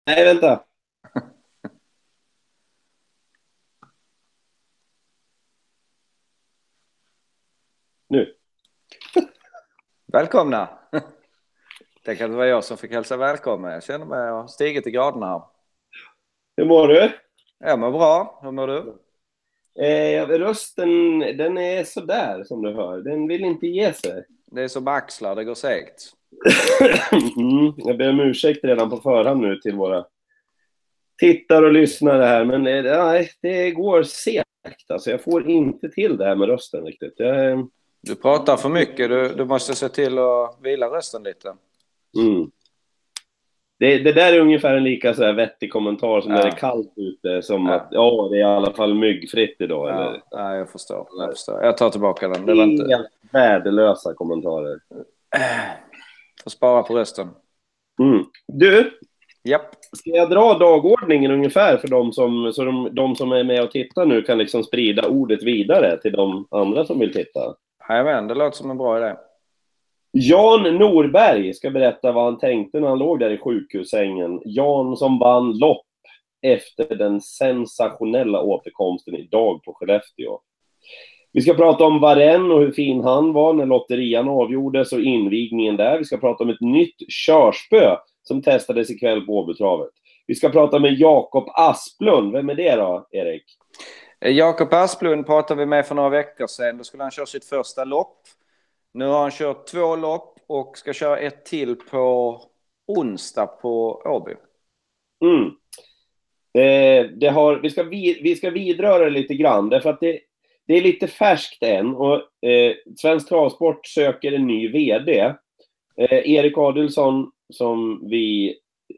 Nej, vänta. Nu. Välkomna! Tänk att det var jag som fick hälsa välkommen. Jag känner mig att jag har stigit i graderna här. Hur mår du? Jag mår bra. Hur mår du? Rösten, den är sådär som du hör. Den vill inte ge sig. Det är som axlar, det går segt. Jag ber om ursäkt redan på förhand nu till våra tittare och lyssnare här. Men nej, det går segt. Alltså, jag får inte till det här med rösten riktigt. Du pratar för mycket. Du måste se till att vila rösten lite. Det där är ungefär en lika så här vettig kommentar som Ja. när det är kallt ute. Som Ja. att det är i alla fall myggfritt idag. Ja, Eller? ja, jag förstår. Jag tar tillbaka den. Det var inte... Helt värdelösa kommentarer. Får spara på rösten. Du, Japp. ska jag dra dagordningen ungefär för de som är med och tittar nu kan liksom sprida ordet vidare till de andra som vill titta? Jajamän, det låter som en bra idé. Jan Norberg ska berätta vad han tänkte när han låg där i sjukhussängen. Jan som vann lopp efter den sensationella återkomsten idag på Skellefteå. Vi ska prata om Varenne och hur fin han var när lotterian avgjordes och invigningen där. Vi ska prata om ett nytt körspö som testades ikväll på Åbytravet. Vi ska prata med Jakob Asplund. Vem är det då, Erik? Jakob Asplund pratade vi med för några veckor sedan. Då skulle han köra sitt första lopp. Nu har han kört 2 lopp och ska köra ett till på onsdag på Åby. Vi ska vidröra lite grann därför att det är lite färskt än och Svensk Travsport söker en ny vd. Erik Adelsson som vi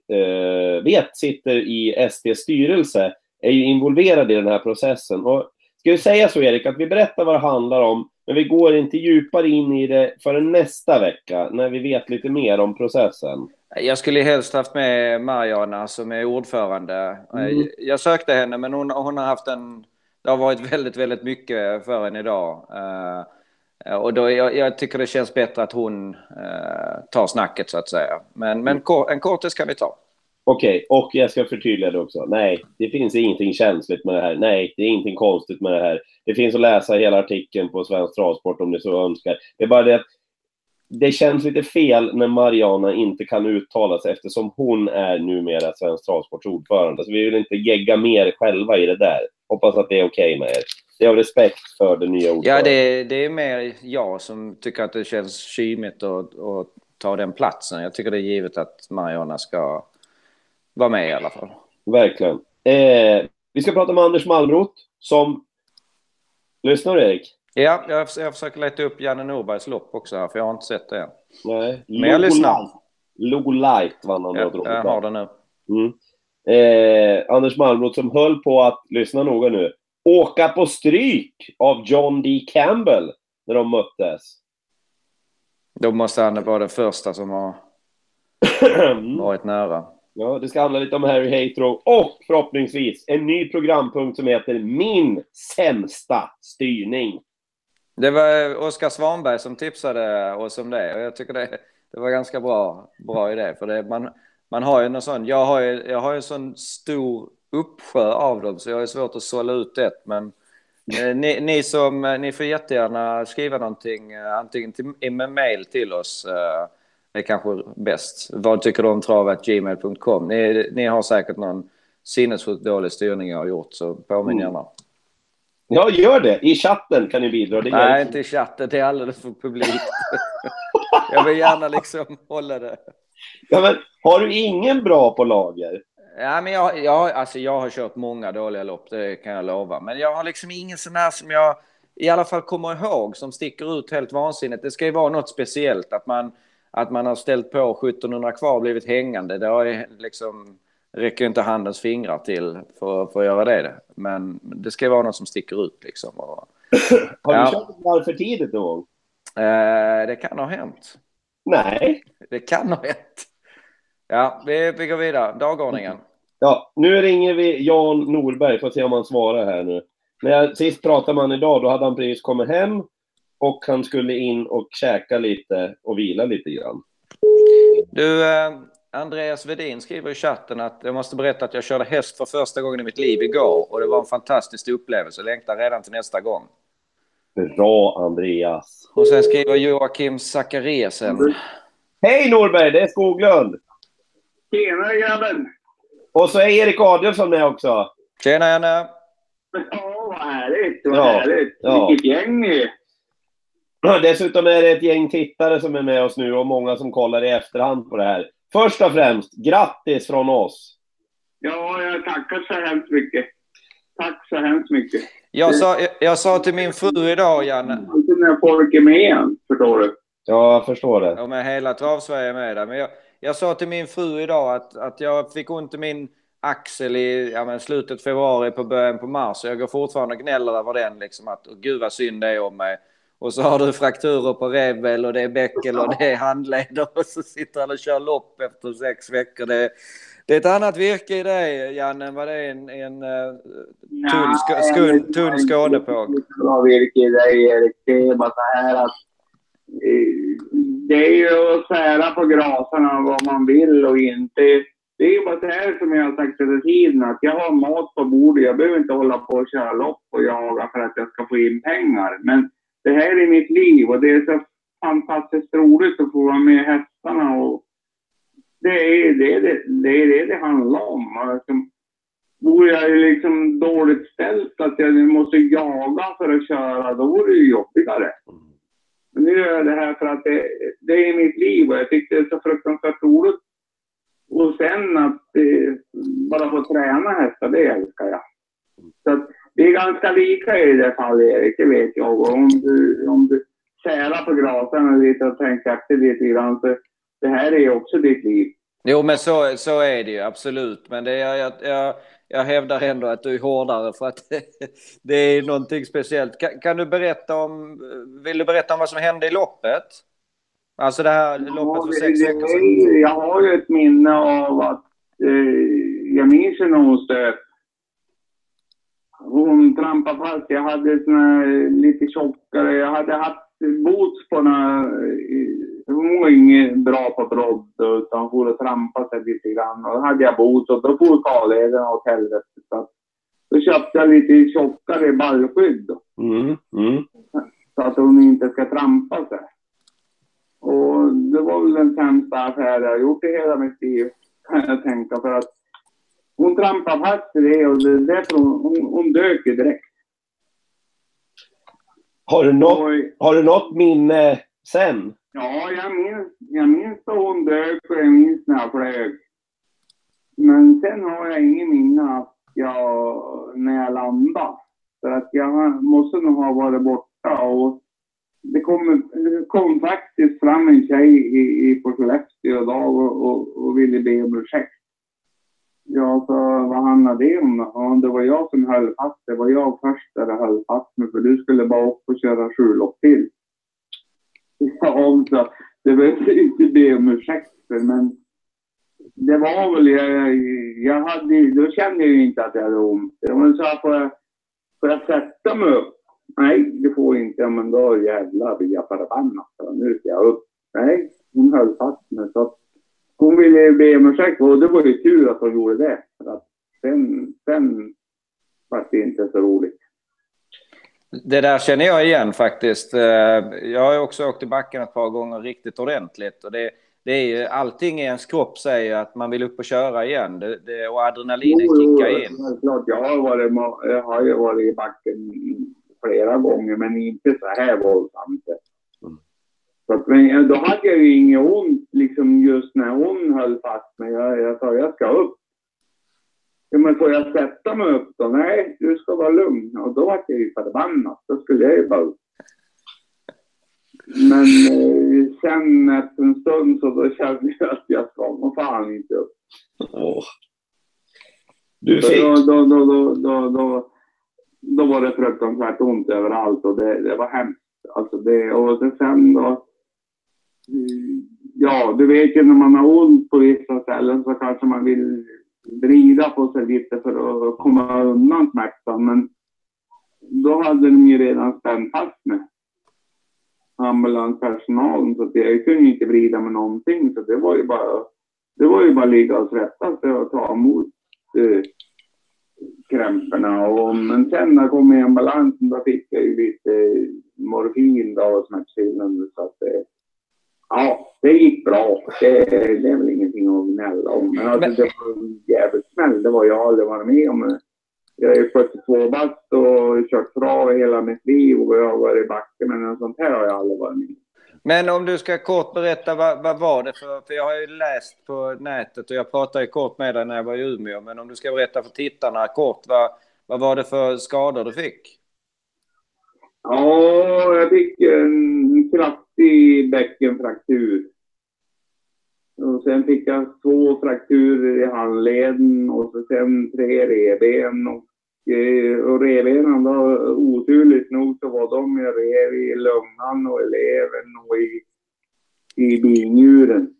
vet sitter i STs styrelse är ju involverad i den här processen. Och ska vi säga så, Erik, att vi berättar vad det handlar om, men vi går inte djupare in i det förrän nästa vecka när vi vet lite mer om processen. Jag skulle helst haft med Mariana som är ordförande. Jag sökte henne, men hon har haft det har varit väldigt, väldigt mycket för henne idag. Och då, jag tycker det känns bättre att hon tar snacket så att säga. Men en kortis kan vi ta. Okej, och jag ska förtydliga det också. Nej, det finns ingenting känsligt med det här. Nej, det är ingenting konstigt med det här. Det finns att läsa hela artikeln på Svensk Travsport om ni så önskar. Det är bara det att det känns lite fel när Mariana inte kan uttala sig eftersom hon är numera Svensk Travsports ordförande. Så vi vill inte gegga mer själva i det där. Hoppas att det är okej med er. Det är av respekt för det nya ordförande. Ja, det är mer jag som tycker att det känns kymigt att ta den platsen. Jag tycker det är givet att Mariana ska vara med i alla fall. Verkligen. Vi ska prata med Anders Malmroth som... Lyssnar du, Erik? Ja, jag försöker leta upp Janne Norbergs lopp också här, för jag har inte sett det än. Nej. Men jag lyssnar. Logo Light vann han. Jag har det nu. Anders Malmroth som höll på att, lyssna noga nu, åka på stryk av John D. Campbell när de möttes. Då måste han vara den första som har varit nära. Ja, det ska handla lite om Harry Haythrow och förhoppningsvis en ny programpunkt som heter Min sämsta styrning. Det var Oskar Svanberg som tipsade oss om det och jag tycker det var ganska bra idé för det, man har ju någon sån, jag har ju en sån stor uppsjö av dem så jag har svårt att sålla ut det, men ni får jättegärna skriva någonting antingen med mail till oss. Det är kanske bäst. Vad tycker du om trav@gmail.com? Ni har säkert någon sinnessjukt dålig styrning jag har gjort, så påminn gärna. Ja, gör det. I chatten kan ni bidra. Nej, inte i chatten. Det är alldeles för publikt. Jag vill gärna liksom hålla det. Ja, men har du ingen bra på lager? Ja, men jag har kört många dåliga lopp, det kan jag lova. Men jag har liksom ingen sån här som jag i alla fall kommer ihåg som sticker ut helt vansinnigt. Det ska ju vara något speciellt att man har ställt på 1700 kvar och blivit hängande. Det har liksom, räcker inte handens fingrar till för att göra det. Men det ska vara något som sticker ut liksom. Har du kört varv för tidigt någon gång? Det kan ha hänt. Nej. Det kan ha hänt. Ja, vi går vidare. Dagordningen. Ja, nu ringer vi Jan Norberg för att se om han svarar här nu. När jag sist pratade med han idag, då hade han precis kommit hem och han skulle in och käka lite och vila lite grann. Du, Andreas Vedin skriver i chatten att jag måste berätta att jag körde häst för första gången i mitt liv igår. Och det var en fantastisk upplevelse. Jag längtar redan till nästa gång. Bra, Andreas. Och sen skriver Joakim Zachariasen. Hej Norberg, det är Skoglund. Tjena grabben! Och så är Erik Adielsson med också. Tjena Janne! Ja, vad härligt! Vad härligt! Ja. Vilket gäng ni! Dessutom är det ett gäng tittare som är med oss nu och många som kollar i efterhand på det här. Först och främst, grattis från oss! Ja, jag tackar så hemskt mycket. Tack så hemskt mycket. Jag sa till min fru idag, Janne. Inte när folk är med igen, förstår du. Ja, jag förstår det. Ja, med hela Travsverige med där. Men jag sa till min fru idag att jag fick ont i min axel i slutet februari på början på mars. Jag går fortfarande och gnäller över den. Liksom, att gud vad synd det är om mig. Och så har du frakturer på revbel och det är bäckel och det är handleder. Och så sitter han och kör lopp efter 6 veckor. Det är ett annat virke i dig, Janne, vad det är en tunn Skånepåg. Bra virke i dig, Erik. Det är bara så här att det är ju att sära på graserna vad man vill och inte. Det är ju bara så här som jag har sagt hela tiden, att jag har mat på bordet. Jag behöver inte hålla på och köra lopp och jaga för att jag ska få in pengar. Men det här är mitt liv och det är så fantastiskt roligt att få vara med hästarna. Och det är det handlar om. Alltså, bor jag liksom dåligt ställt att jag måste jaga för att köra, då är det ju jobbigare. Men nu gör jag det här för att det är mitt liv och jag tycker det är så fruktansvärt roligt. Och sen att bara få träna hästar, det älskar jag. Så att det är ganska lika i det fallet, Erik, det vet jag. Och om du särar på grasen lite och tänker efter lite grann, så det här är också ditt liv. Jo, men så är det ju, absolut. Men jag hävdar ändå att du är hårdare för att det är någonting speciellt. Kan du vill du berätta om vad som hände i loppet? Alltså det här loppet för 6 veckor sedan. Jag har ju ett minne av att jag minns ju när hon stöp. Hon trampade fast. Jag hade lite tjockare. Jag hade haft boots på hon var ingen bra på brodd utan hon får trampa sig lite grann. Och då hade jag boots och då får karlederna åt helvete. Då köpte jag lite tjockare ballskydd. Så att hon inte ska trampa sig. Och det var väl den sämsta affär jag har gjort i hela mitt liv, kan jag tänka. För att hon trampade fast i det och därför hon dök ju direkt. Har du något minne sen? Ja, jag minns då hon dök och jag minns när jag flög. Men sen har jag ingen minne att när jag landade. För att jag måste nog ha varit borta och det kom faktiskt fram en tjej på Skellefteå idag och ville be om ursäkt. Ja, så vad handlade det om? Ja, det var jag som höll fast. Det var jag först där jag höll fast mig, för du skulle bara upp och köra 7 lopp till. Ja, så det behövde inte be om ursäkt, men det var väl då kände jag ju inte att jag hade ont. De sa, får jag sätta mig upp? Nej, det får inte. Ja, men då jävlar blir jag förbannad. Nu ska jag upp. Nej, hon höll fast mig. Så hon ville be om ursäkt och det var ju tur att hon gjorde det. För att sen var det inte så roligt. Det där känner jag igen faktiskt. Jag har ju också åkt i backen ett par gånger riktigt ordentligt. Och det är ju, allting i ens kropp säger att man vill upp och köra igen. Och adrenalinen kickar in. Klart, jag har ju varit i backen flera gånger, men inte så här våldsamt. Men då hade jag ju inget ont liksom just när hon höll fast mig. Jag sa, jag ska upp. Ja, men får jag sätta mig upp då? Nej, du ska vara lugn. Och då var jag ju förbannad. Då skulle jag ju bara upp. Men sen efter en stund så då kände jag att jag ska nog fan inte upp. Du fick... Då var det fruktansvärt ont överallt och det var hemskt. Alltså och sen då, ja, du vet ju när man har ont på vissa ställen så kanske man vill vrida på sig lite för att komma undan smärtan, men då hade de ju redan spänt fast med ambulanspersonalen så att jag kunde inte vrida med någonting, så det var ju bara Det var ju bara ligga och svettas och ta emot krämporna. Men sen när jag kom i ambulansen då fick jag ju lite morfin då och smärtstillande. Så att ja, det gick bra. Det är väl ingenting att gnälla om. Men alltså, det var jävligt smäll. Det var jag aldrig varit med om. Jag är 42 bast och kört trav hela mitt liv och jag har varit i backen. Men något sånt här har jag aldrig varit med om. Men om du ska kort berätta, vad var det för jag har ju läst på nätet och jag pratade ju kort med dig när jag var i Umeå. Men om du ska berätta för tittarna kort, vad var det för skador du fick? Ja, jag fick en kraftig bäckenfraktur. Och sen fick jag 2 frakturer i handleden och så sen 3 revben. Och revbenen då, oturligt nog så var de ju rev i lungan och i levern och i binjuren.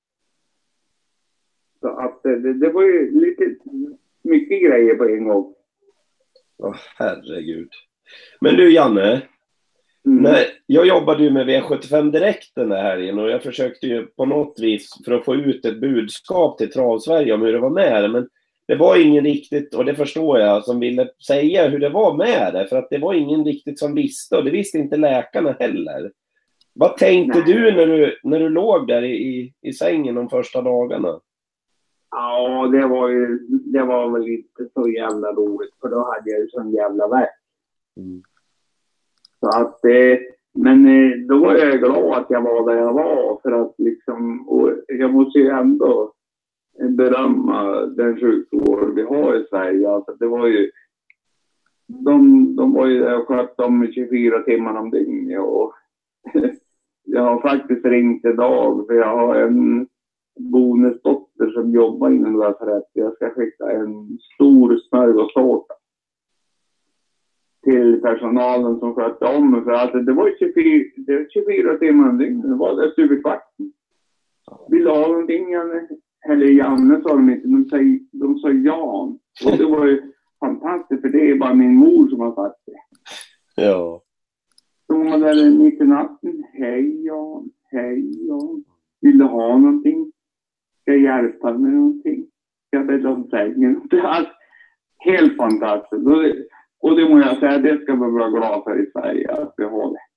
Så att det var ju lite mycket grejer på en gång. Herregud. Men du Janne, jag jobbade ju med V75 Direkt den här helgen och jag försökte ju på något vis för att få ut ett budskap till Travsverige om hur det var med det, men det var ingen riktigt, och det förstår jag, som ville säga hur det var med det, för att det var ingen riktigt som visste och det visste inte läkarna heller. Vad tänkte du när du låg där i sängen de första dagarna? Ja, det var väl inte så jävla roligt för då hade jag ju sån jävla värk. Så att, men då var jag glad att jag var där jag var för att liksom, och jag måste ju ändå berömma den sjukvård vi har i Sverige. Alltså det var ju, de var ju där och sköt dem 24 timmar om dygnet och jag har faktiskt ringt idag för jag har en bonusdotter som jobbar inom lasarettet. Jag ska skicka en stor smörgåstårta till personalen som skötte om. För att det var 24 timmar om dygnet. Det var där stup i kvarten. Vill du ha någonting, Janne? Eller Janne sa de inte. De sa Jan. Och det var ju fantastiskt för det är bara min mor som har sagt det. Ja. De var där mitt i natten. Hej Jan, hej Jan. Vill du ha någonting? Ska jag hjälpa med någonting? Ska jag bädda om sängen? Det är helt fantastiskt. Och det må jag säga, det ska vi vara glada för i Sverige att vi har det.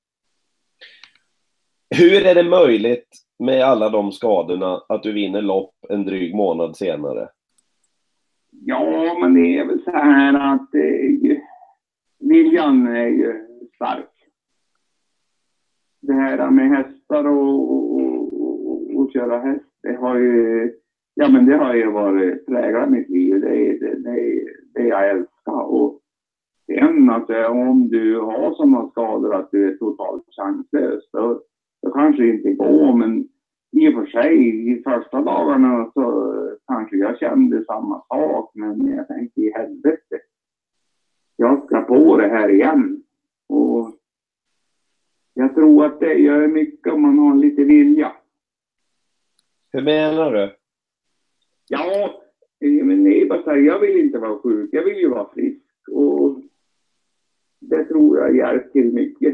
Hur är det möjligt med alla de skadorna att du vinner lopp en dryg månad senare? Ja, men det är väl så här att viljan är ju stark. Det här med hästar och köra häst, det har ju varit präglat mitt liv. Det jag älskar. Och sen att om du har sådana skador att du är totalt chanslös, då kanske det inte går. Men i och för sig, i första dagarna så kanske jag kände samma sak. Men jag tänkte i helvete. Jag ska på det här igen. Och jag tror att det gör mycket om man har lite vilja. Hur menar du? Ja, men det är bara så här, jag vill inte vara sjuk. Jag vill ju vara frisk. Och det tror jag hjälper mycket.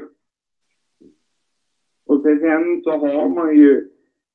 Och sen så har man ju,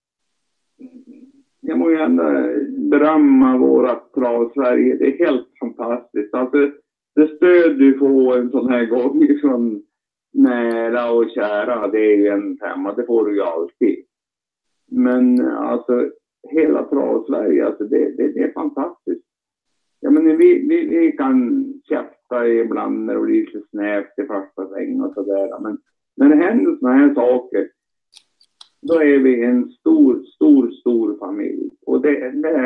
jag må ju ändå berömma vårat Travsverige. Det är helt fantastiskt. Alltså det stöd du får en sån här gång från nära och kära, det är ju en femma. Det får du ju alltid. Men alltså hela Travsverige, alltså det är fantastiskt. Ja, men vi kan käfta ibland när det blir lite snävt i första svängen och sådär. Men när det händer såna här saker, då är vi en stor familj. Och det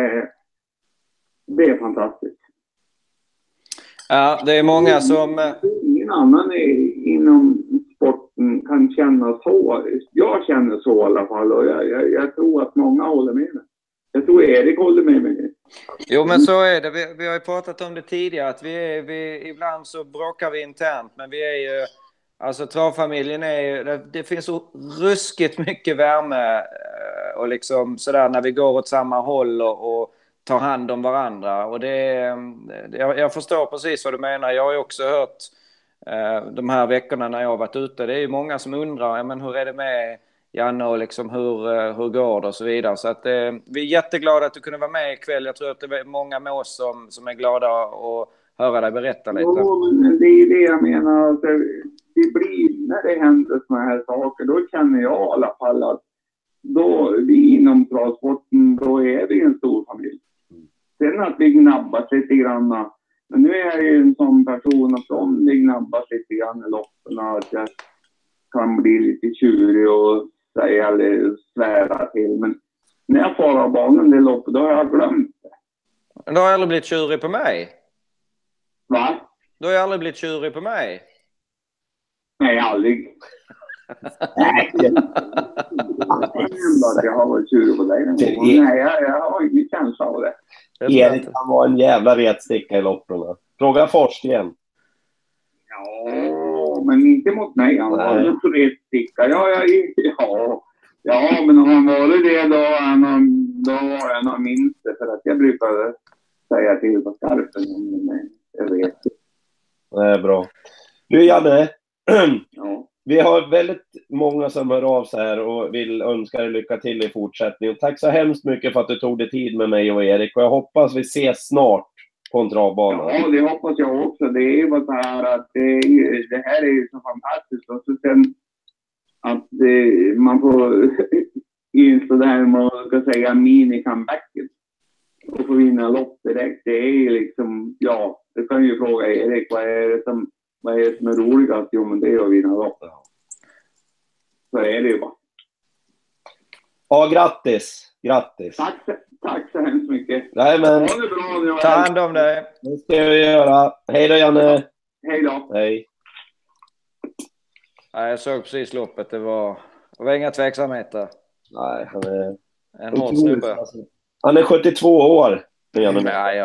är fantastiskt. Ja, det är många som... Ingen annan inom sporten kan känna så. Jag känner så i alla fall. Och jag tror att många håller med mig. Jag tror Erik håller med mig. Jo, men så är det. Vi har ju pratat om det tidigare. Att ibland så bråkar vi internt. Men vi är ju... Alltså travfamiljen är ju... Det finns så ruskigt mycket värme. Och liksom sådär när vi går åt samma håll och tar hand om varandra. Och jag förstår precis vad du menar. Jag har ju också hört de här veckorna när jag har varit ute. Det är ju många som undrar, men hur är det med Janne och liksom hur går det och så vidare. Så att vi är jätteglada att du kunde vara med ikväll. Jag tror att det är många med oss som är glada att höra dig berätta lite. Jo, men det är det jag menar. Alltså, det blir, när det händer såna här saker, då känner jag i alla fall att då, vi inom travsporten, då är vi en stor familj. Sen att vi gnabbas lite grann. Men nu är jag ju en sån person att om det gnabbas lite grann i loppen, att jag kan bli lite tjurig och säga eller svära till. Men när jag får av banan det loppet, då har jag glömt det. Du har aldrig blivit tjurig på mig? Va? Du har aldrig blivit tjurig på mig? Nej, aldrig. Nej, jag har varit tjurig på dig. Nej, jag har ingen känsla av det. Erik kan vara en jävla retsticka i lopporna. Fråga Forst igen. Ja, men inte mot mig. Han var en retsticka. Ja, men om han var det då var han nog minst. För att jag brukar säga till på skarpen. Jag vet. Det är bra. Du Janne. Ja. Vi har väldigt många som hör av sig här och vill önska dig lycka till i fortsättningen. Tack så hemskt mycket för att du tog dig tid med mig och Erik. Och jag hoppas vi ses snart på en travbana. Ja, det hoppas jag också. Det är ju bara så här att det här är ju så fantastiskt. Och så sen att man får in så där man ska säga mini-comebacket. Och få vinna lopp direkt. Det är ju liksom, ja, det kan ju fråga Erik. Vad är det som är roligast? Jo, men det är att vinna lopp. Så är det ju bara. Ja, grattis. Grattis. Tack så hemskt mycket. Nej, men... Ha det bra nu. Ta hand om dig. Det ska vi göra. Hej då, Janne. Hej då. Hej. Ja, jag såg precis loppet. Det var inga tveksamheter. Nej, han är... En hård snubbe. Han är 72 år. Nej,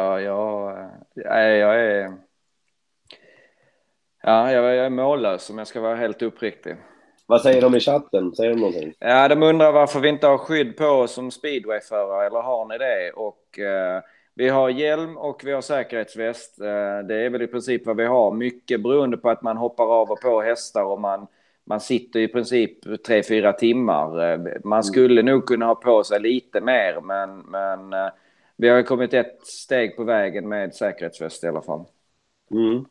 jag är mållös om jag ska vara helt uppriktig. Vad säger de i chatten? Säger de någonting? Ja, de undrar varför vi inte har skydd på oss som speedwayförare, eller har ni det? Och vi har hjälm och vi har säkerhetsväst. Det är väl i princip vad vi har. Mycket beroende på att man hoppar av och på hästar och man sitter i princip 3-4 timmar. Man skulle nog kunna ha på sig lite mer, men vi har kommit ett steg på vägen med säkerhetsväst i alla fall. Mm.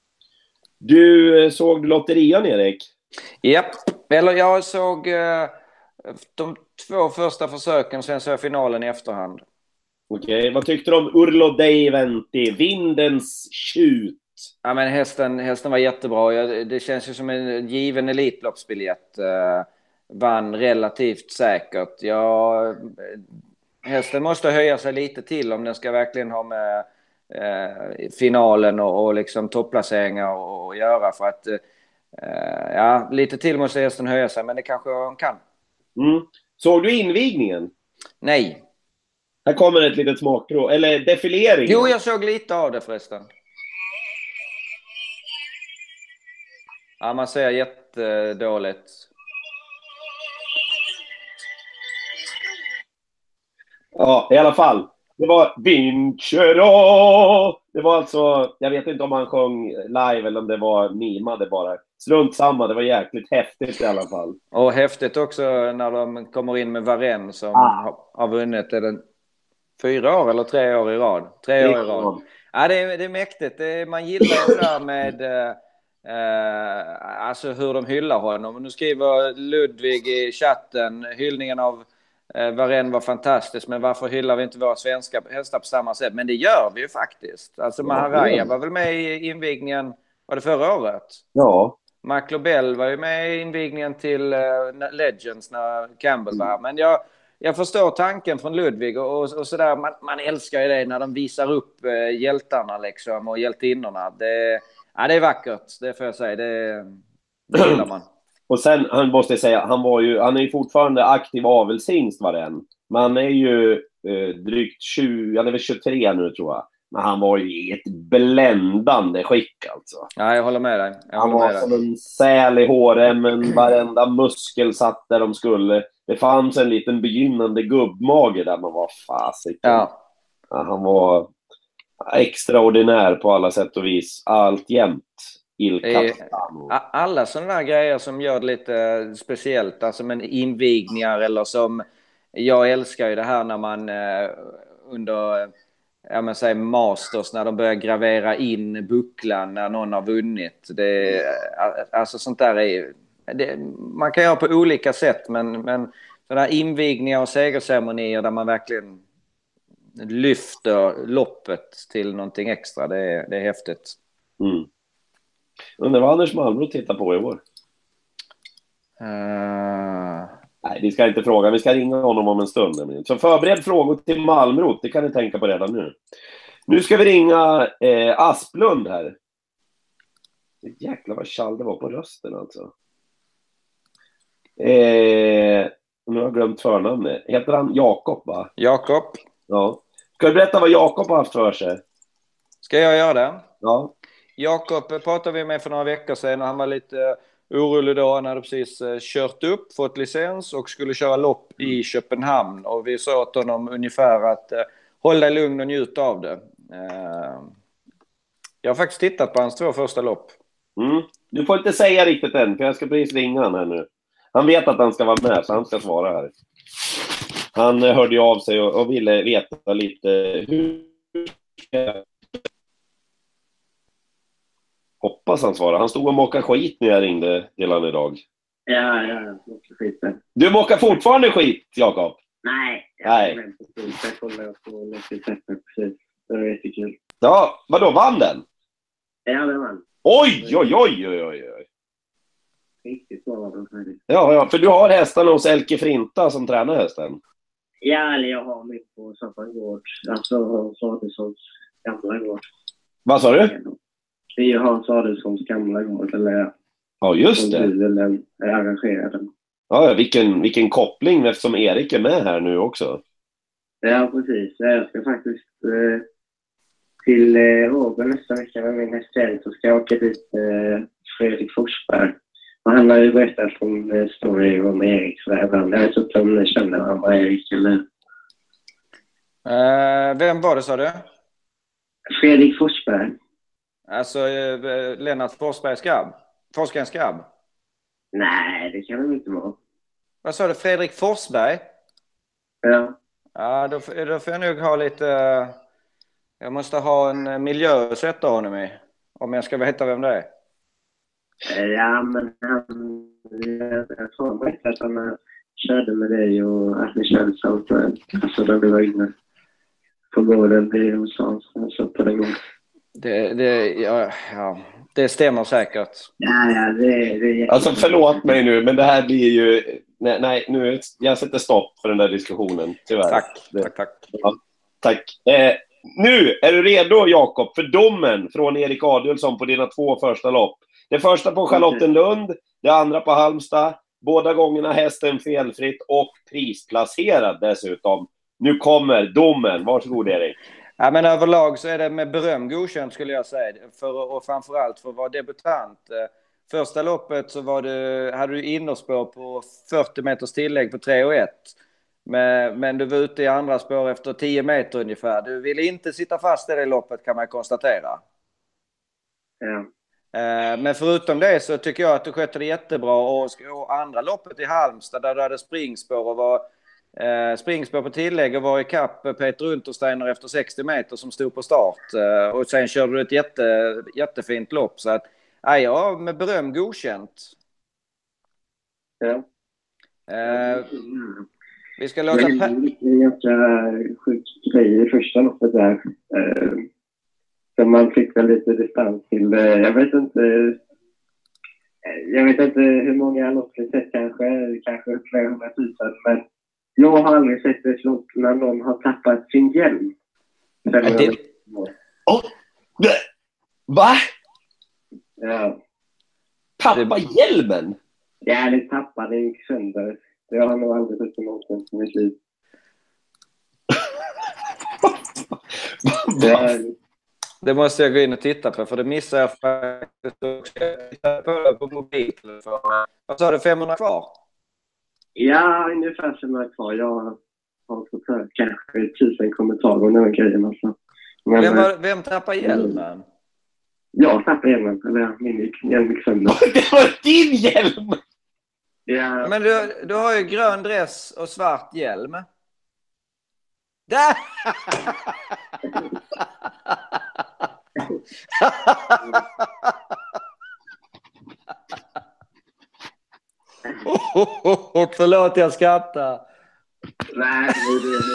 Du såg lotterian, Erik? Japp, eller jag såg de 2 första försöken, sen såg jag finalen i efterhand. Okej, vad tyckte du om Urlo Daventi, vindens tjut? Ja, men hästen var jättebra. Det känns ju som en given elitloppsbiljett. Vann relativt säkert. Hästen måste höja sig lite till om den ska verkligen ha med finalen och liksom topplaceringar och göra, för att lite till måste hästen höja sig, men det kanske de kan. Såg du invigningen? Nej. Här kommer ett litet smakprov, eller defilering. Jo, jag såg lite av det förresten. Ja, man ser jättedåligt. Ja, i alla fall. Det var Vincero. Det var alltså, jag vet inte om han sjöng live eller om det var mimade bara. Strunt samma, det var jäkligt häftigt i alla fall. Och häftigt också när de kommer in med Varenne som har vunnit 4 år eller 3 år i rad. 3 år i rad. Ja, det är mäktigt. Man gillar det där med alltså hur de hyllar honom. Och nu skriver Ludvig i chatten, hyllningen av Varenne var fantastisk, men varför hyllar vi inte våra svenska hästar på samma sätt? Men det gör vi ju faktiskt. Alltså Maharaja var väl med i invigningen, var det förra året? Ja. McLobell var ju med i invigningen till Legends när Campbell var. Men jag förstår tanken från Ludvig och sådär. Man älskar ju det när de visar upp hjältarna liksom, och hjältinnorna. Det är vackert, det får jag säga. Det gillar man. Och sen, han måste säga, han är ju fortfarande aktiv avelshingst, Varenne. Men han är ju drygt 20, han är väl 23 nu tror jag. Men han var ju i ett bländande skick alltså. Ja, jag håller med dig. Han var som en säl i hårremmen, varenda muskel satt där de skulle. Det fanns en liten begynnande gubbmage där man var fasiken. Ja. Han var extraordinär på alla sätt och vis, alltjämt. Il Capitano. Alla sådana där grejer som gör det lite speciellt, alltså med invigningar eller som, jag älskar ju det här när man under, ja men säg Masters, när de börjar gravera in bucklan när någon har vunnit. Det, alltså sånt där är, det, man kan göra på olika sätt, men sådana här invigningar och segerceremonier där man verkligen lyfter loppet till någonting extra, det är häftigt. Undrar vad Anders Malmrot tittar på i år? Nej, vi ska inte fråga. Vi ska ringa honom om en stund. Så förbered frågor till Malmrot. Det kan ni tänka på redan nu. Nu ska vi ringa Asplund här. Jäklar vad kall det var på rösten alltså. Nu har jag glömt förnamnet. Heter han Jakob, va? Jakob. Ja. Ska du berätta vad Jakob har haft för sig? Ska jag göra det? Ja. Jakob pratade vi med för några veckor sedan. Han var lite orolig då. Han hade precis kört upp, fått licens och skulle köra lopp i Köpenhamn. Och vi sa åt honom ungefär att håll dig lugn och njut av det. Jag har faktiskt tittat på hans 2 första lopp. Du får inte säga riktigt än, för jag ska precis ringa han här nu. Han vet att han ska vara med, så han ska svara här. Han hörde ju av sig och ville veta lite hur... Hoppas han svarar. Han stod och mockade skit när jag ringde till han idag. Ja, jag mockar skit. Du mockar fortfarande skit, Jakob? Nej. Nej. Jag kollar på lite precis. Det var jättekul. Ja, vadå, vann den? Ja, det vann. Oj. Riktigt bra var det faktiskt. Ja, för du har hästarna hos Elke Frinta som tränar hästen. Ja, eller jag har mitt på Saffangård. Alltså Sadelssons gamla gård. Vad sa du? Vi har Sadelssons gamla gård. Eller, ja, just det. Eller arrangerade. Ja, vilken koppling eftersom Erik är med här nu också. Ja, precis. Jag ska faktiskt till Åbo nästa vecka med min häst, så ska jag åka dit Fredrik Forsberg. Och han har ju berättat om story om Erik. Så jag vet inte om ni känner varandra, Erik, eller? Vem var det, sa du? Fredrik Forsberg. Alltså Lennart Forsberg Skabb? Forskaren Skabb? Nej, det kan det inte vara. Vad sa du, Fredrik Forsberg? Ja. Ja, då får jag nog ha lite... Jag måste ha en miljö att sätta honom i. Om jag ska veta vem det är. Ja, men jag tror att han körde med dig och att ni känns allt. Alltså, då vi var inne på gården i Rosans. Så på den gången. Det stämmer säkert. Ja, det alltså förlåt mig nu, men det här blir ju... Nej, nu jag sätter stopp för den där diskussionen, tyvärr. Tack. Ja, tack. Nu är du redo, Jakob, för domen från Erik Adelsson på dina 2 första lopp. Det första på Charlottenlund, det andra på Halmstad. Båda gångerna hästen felfritt och prisplacerad dessutom. Nu kommer domen. Varsågod, Erik. Ja, men överlag så är det med beröm godkänt, skulle jag säga. Och framförallt för att vara debutant. Första loppet så hade du innerspår på 40 meters tillägg på 3,1. Men du var ute i andra spår efter 10 meter ungefär. Du ville inte sitta fast i det loppet, kan man konstatera. Ja. Men förutom det så tycker jag att du skötte det jättebra. Och andra loppet i Halmstad där du hade springspår på tillägg och var i kapp Peter Untersteiner efter 60 meter som stod på start. Och sen körde du ett jättefint lopp. Så att, ja, med beröm godkänt. Ja. Vi ska låta... Det är en ganska sjukt grej i första loppet där. Så man fick väl lite distans till... Jag vet inte hur många lopp vi sett, kanske flera 100 000, men jag har aldrig sett ett lopp när någon har tappat sin hjälm. Va? Ja. Tappa hjälmen? Ja, det tappade, det gick sönder. Jag har nog aldrig sett någonsin i mitt liv. Det måste jag gå in och titta på, för det missar jag faktiskt också. Jag tittar på mobiltelefonen. Vad sa du, 500 kvar? Ja, ungefär 500 kvar. Jag har fått hört kanske 1000 kommentarer om den grejen. Alltså. Vem tappar hjälmen? Jag tappade hjälmen. Eller min hjälm gick sönder. Det var din hjälm! Ja. Men du har ju grön dress och svart hjälm. Där! Förlåt, jag skrattar. Nej, det är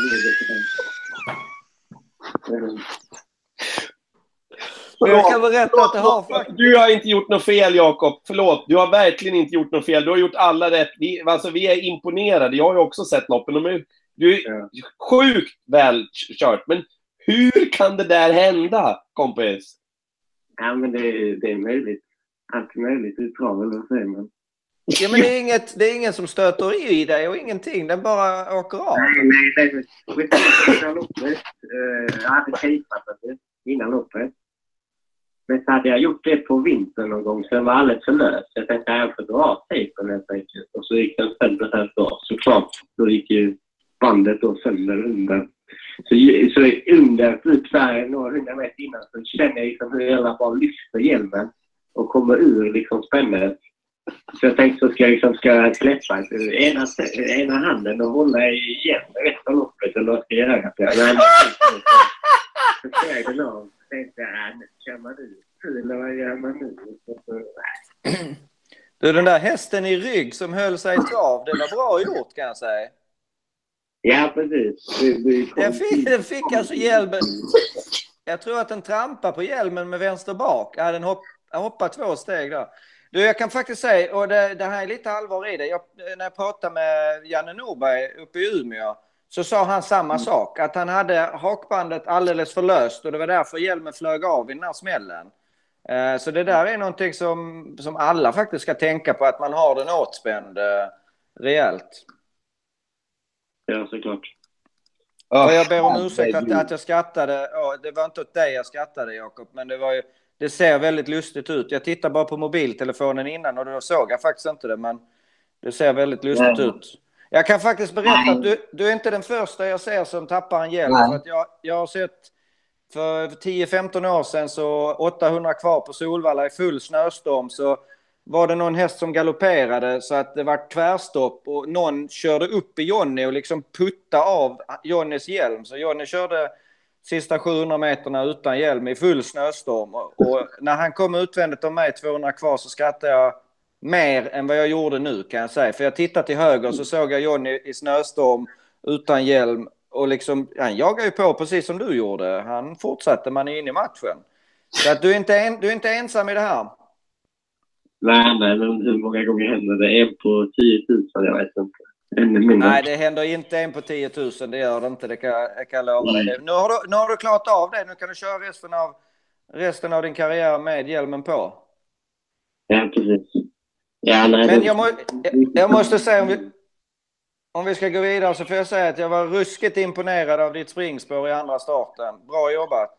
Jag kan berätta att det har faktiskt... Du har inte gjort något fel, Jakob. Förlåt, du har verkligen inte gjort något fel. Du har gjort alla rätt. Vi är imponerade. Jag har ju också sett loppen. Du är sjukt väl kört. Men hur kan det där hända, kompis? Ja, men det är möjligt. Allt är möjligt. Det är travel, vad säger man? Ja, men det är ingen som stöter i dig och ingenting. Den bara åker av. Nej. Innan loppet. Jag hade tejpat det innan loppet. Men så hade jag gjort det på vintern någon gång, så den var alldeles för lös. Jag tänkte att jag får dra av tejpen helt enkelt. Och så gick den sönder här då. Såklart, då gick ju bandet då sönder under. Så under, typ så här, några 100 meter innan, så känner jag liksom hur jag bara lyfter hjälmen och kommer ur liksom spännet. Så jag tänkte så ska jag släppa ena handen och hålla igen resten av loppet, eller vad ska jag göra? Så steg den av. Så tänkte jag, kör man ut? Eller vad gör man nu? Du, den där hästen i rygg som höll sig i trav, det var bra gjort, kan jag säga. Ja, precis. Den fick alltså hjälmen. Jag tror att den trampar på hjälmen med vänster bak. Ja, den hoppar 2 steg där. Du, jag kan faktiskt säga, och det här är lite allvar i det. När jag pratade med Janne Norberg uppe i Umeå, så sa han samma sak. Att han hade hakbandet alldeles för löst och det var därför hjälmen flög av i den här smällen. Så det där är någonting som alla faktiskt ska tänka på, att man har den åtspänd rejält. Ja, såklart. Och jag ber om ursäkt att jag skrattade. Det var inte åt dig jag skrattade, Jakob, men det ser väldigt lustigt ut. Jag tittar bara på mobiltelefonen innan och då såg jag faktiskt inte det, men det ser väldigt lustigt ut. Jag kan faktiskt berätta att du är inte den första jag ser som tappar en hjälm. För att jag har sett för 10-15 år sedan, så 800 kvar på Solvalla i full snöstorm, så var det någon häst som galopperade så att det var tvärstopp och någon körde upp i Jonny och liksom puttade av Jonnys hjälm. Så Jonny körde sista 700 meterna utan hjälm i full snöstorm. Och när han kom utvändigt av mig 200 kvar, så skrattade jag mer än vad jag gjorde nu, kan jag säga. För jag tittade till höger så såg jag Jonny i snöstorm utan hjälm. Och liksom, han jagade ju på precis som du gjorde. Han fortsatte, man är inne i matchen. Så att du är inte ensam i det här. Nej, men hur många gånger händer det? En på 10 000, jag vet inte. Nej, det händer inte en på 10 000, det gör det inte. Det kan jag lova dig. Nu har du klarat av det. Nu kan du köra resten av din karriär med hjälmen på. Ja, precis. Ja, nej, men jag måste säga, om vi ska gå vidare, så får jag säga att jag var ruskigt imponerad av ditt springspår i andra starten. Bra jobbat.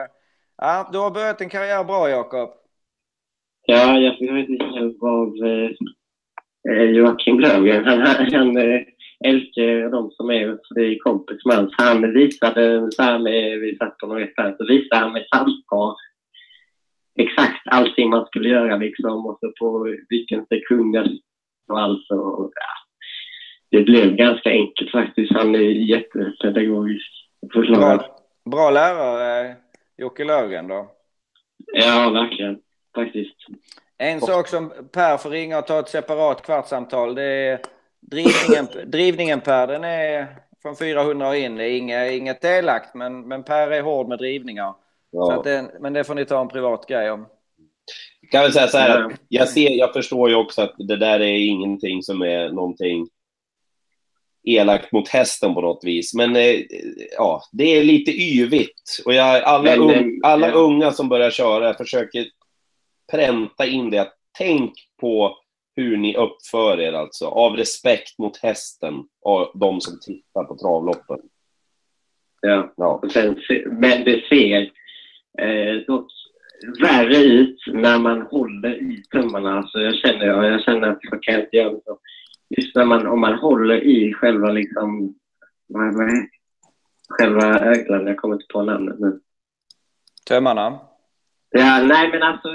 Du har börjat en karriär bra, Jakob. Ja, jag fick inte hjälp av Joakim Löfgren. Han älskar de som är kompis med hans. Han visade så här vi satt på något här, så visade han med saltpar exakt allting man skulle göra liksom, och så på vilken sekund och allt. Och, ja. Det blev ganska enkelt faktiskt. Han är jättepedagogisk. Bra lärare, Jocke Löfgren då. Ja, verkligen. Faktiskt. En sak som Per får ringa och ta ett separat kvartssamtal, det är drivningen Per, den är från 400 och in. Det är inget delakt, men Per är hård med drivningar. Ja. Så att men det får ni ta en privat grej om. Kan väl säga så här att jag förstår ju också att det där är ingenting som är någonting elakt mot hästen på något vis. Men ja, det är lite yvigt. Och alla unga som börjar köra försöker pränta in det. Tänk på hur ni uppför er, alltså. Av respekt mot hästen och de som tittar på travloppen. Ja. Men det ser värre ut när man håller i tummarna. Alltså jag känner att jag kan inte göra så. Just om man håller i själva liksom själva ögonen, jag kommer inte på namnet nu. Tömmarna? Ja, nej men alltså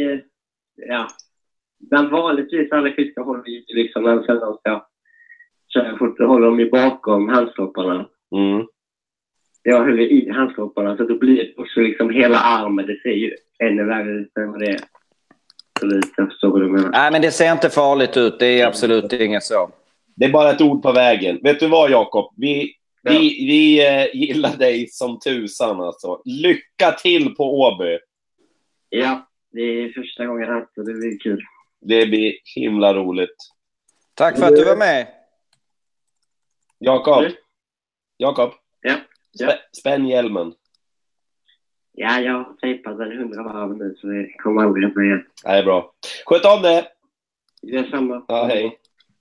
men vanligtvis alla kuskar håller ju liksom när de ska köra fort, håller de ju bakom handstopparna. Jag höll i handstopparna så då blir det också liksom hela armen, det ser ju ännu värre ut än vad det är. Så lite, så vad du menar. Nej, men det ser inte farligt ut, det är absolut inget så. Det är bara ett ord på vägen. Vet du vad, Jakob? Vi gillar dig som tusan alltså. Lycka till på Åby. Ja, det är första gången här, så det blir kul. Det blir himla roligt. Tack för att du var med. Jakob. Ja. Spänn hjälmen. Ja, jag har tejpat den 100 varv nu, så det kommer aldrig hända igen. Det är bra. Sköt om det. Det är samma. Ja, hej.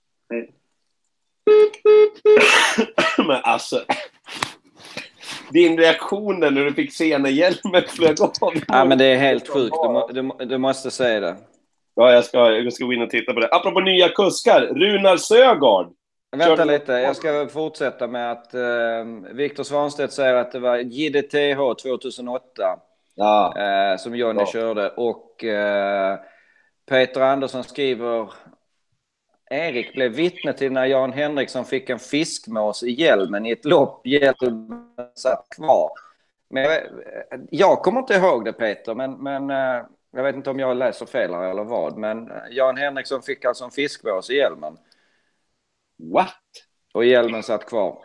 Men alltså, din reaktion när du fick se när hjälmen flög av. Ja, men det är helt sjukt. Du måste säga det. Ja, jag ska gå in och titta på det. Apropå nya kuskar, Runar Sögaard. Vänta lite, jag ska fortsätta med att Viktor Svanstedt säger att det var JDTH 2008 som Johnny körde. Och Peter Andersson skriver: Erik blev vittne till när Jan Henriksson fick en fiskmås i hjälmen i ett lopp. Hjälmen satt kvar. Men jag kommer inte ihåg det, Peter, men jag vet inte om jag läser fel här eller vad. Men Jan Henriksson fick alltså en fiskmås i hjälmen. What? Och hjälmen satt kvar.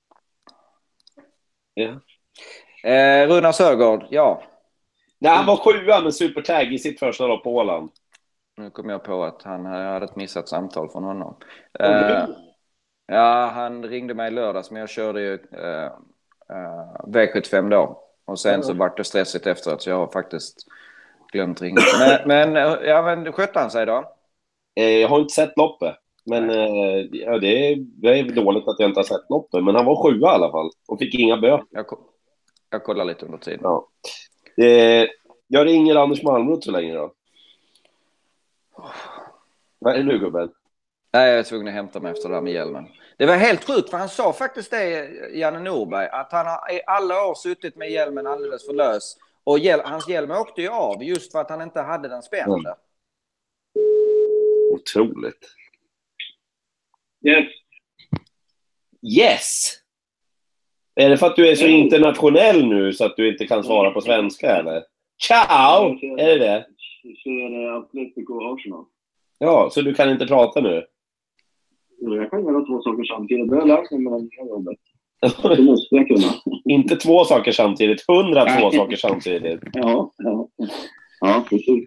Ja. Runar Sögaard, ja. Nej, han var 7 med supertag i sitt första lopp på Åland. Nu kom jag på att han hade ett missat samtal från honom. Ja, han ringde mig i lördags, men jag körde ju V75 då. Och sen så var det stressigt efteråt, så jag har faktiskt glömt ringa. Men skötte han sig då? Jag har inte sett loppet. Men det är dåligt att jag inte har sett loppet. Men han var 7 i alla fall. Och fick inga böter. Jag kollar lite under tiden. Ja. Jag ringer Anders Malmroth så länge då. Vad är det nu, gubben? Nej, jag är tvungen att hämta mig efter det där med hjälmen. Det var helt sjukt, för han sa faktiskt det, Janne Norberg, att han har i alla år suttit med hjälmen alldeles för lös. Och hans hjälm åkte ju av just för att han inte hade den spänd. Otroligt. Yes! Är det för att du är så internationell nu så att du inte kan svara på svenska, eller? Ciao! Är det det? Så är det Atletico Arsenal. Ja, så du kan inte prata nu? Jag kan göra 2 saker samtidigt. Det har jag lärt mig med det här jobbet. Det måste jag kunna. Inte 2 saker samtidigt, 102 saker samtidigt. Ja, precis.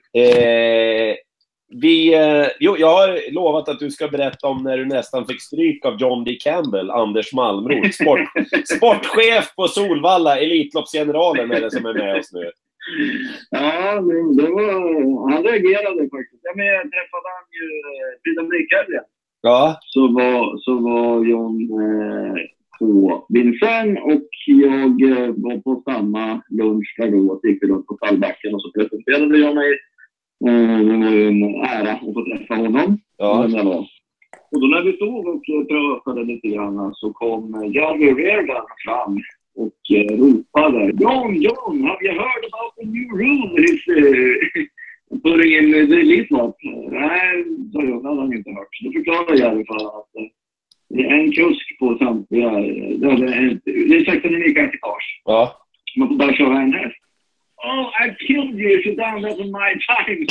Jag har lovat att du ska berätta om när du nästan fick stryk av John D. Campbell, Anders Malmroth, sportchef på Solvalla, Elitloppsgeneralen är det som är med oss nu. Ja, det var, han reagerade faktiskt. Jag träffade han ju Frida Mikael. Ja. Så var John på Vincennes och jag var på samma lunch där då. Gick vi runt på Stallbacken och så presenterade jag mig. Det var ju en ära att få träffa honom. Ja. Och då när vi stod och pratade lite grann så kom Gary Reardon fram och ropade: John, have you heard about the new rule? Putting in the elite lopp. Nej, så jag hade han inte hört. Då förklarade jag i alla fall att det är en kusk på samtliga. Det är 16 unika ekipage. Ja. Man får bara köra en häst. Oh, I killed you if you done that in my time.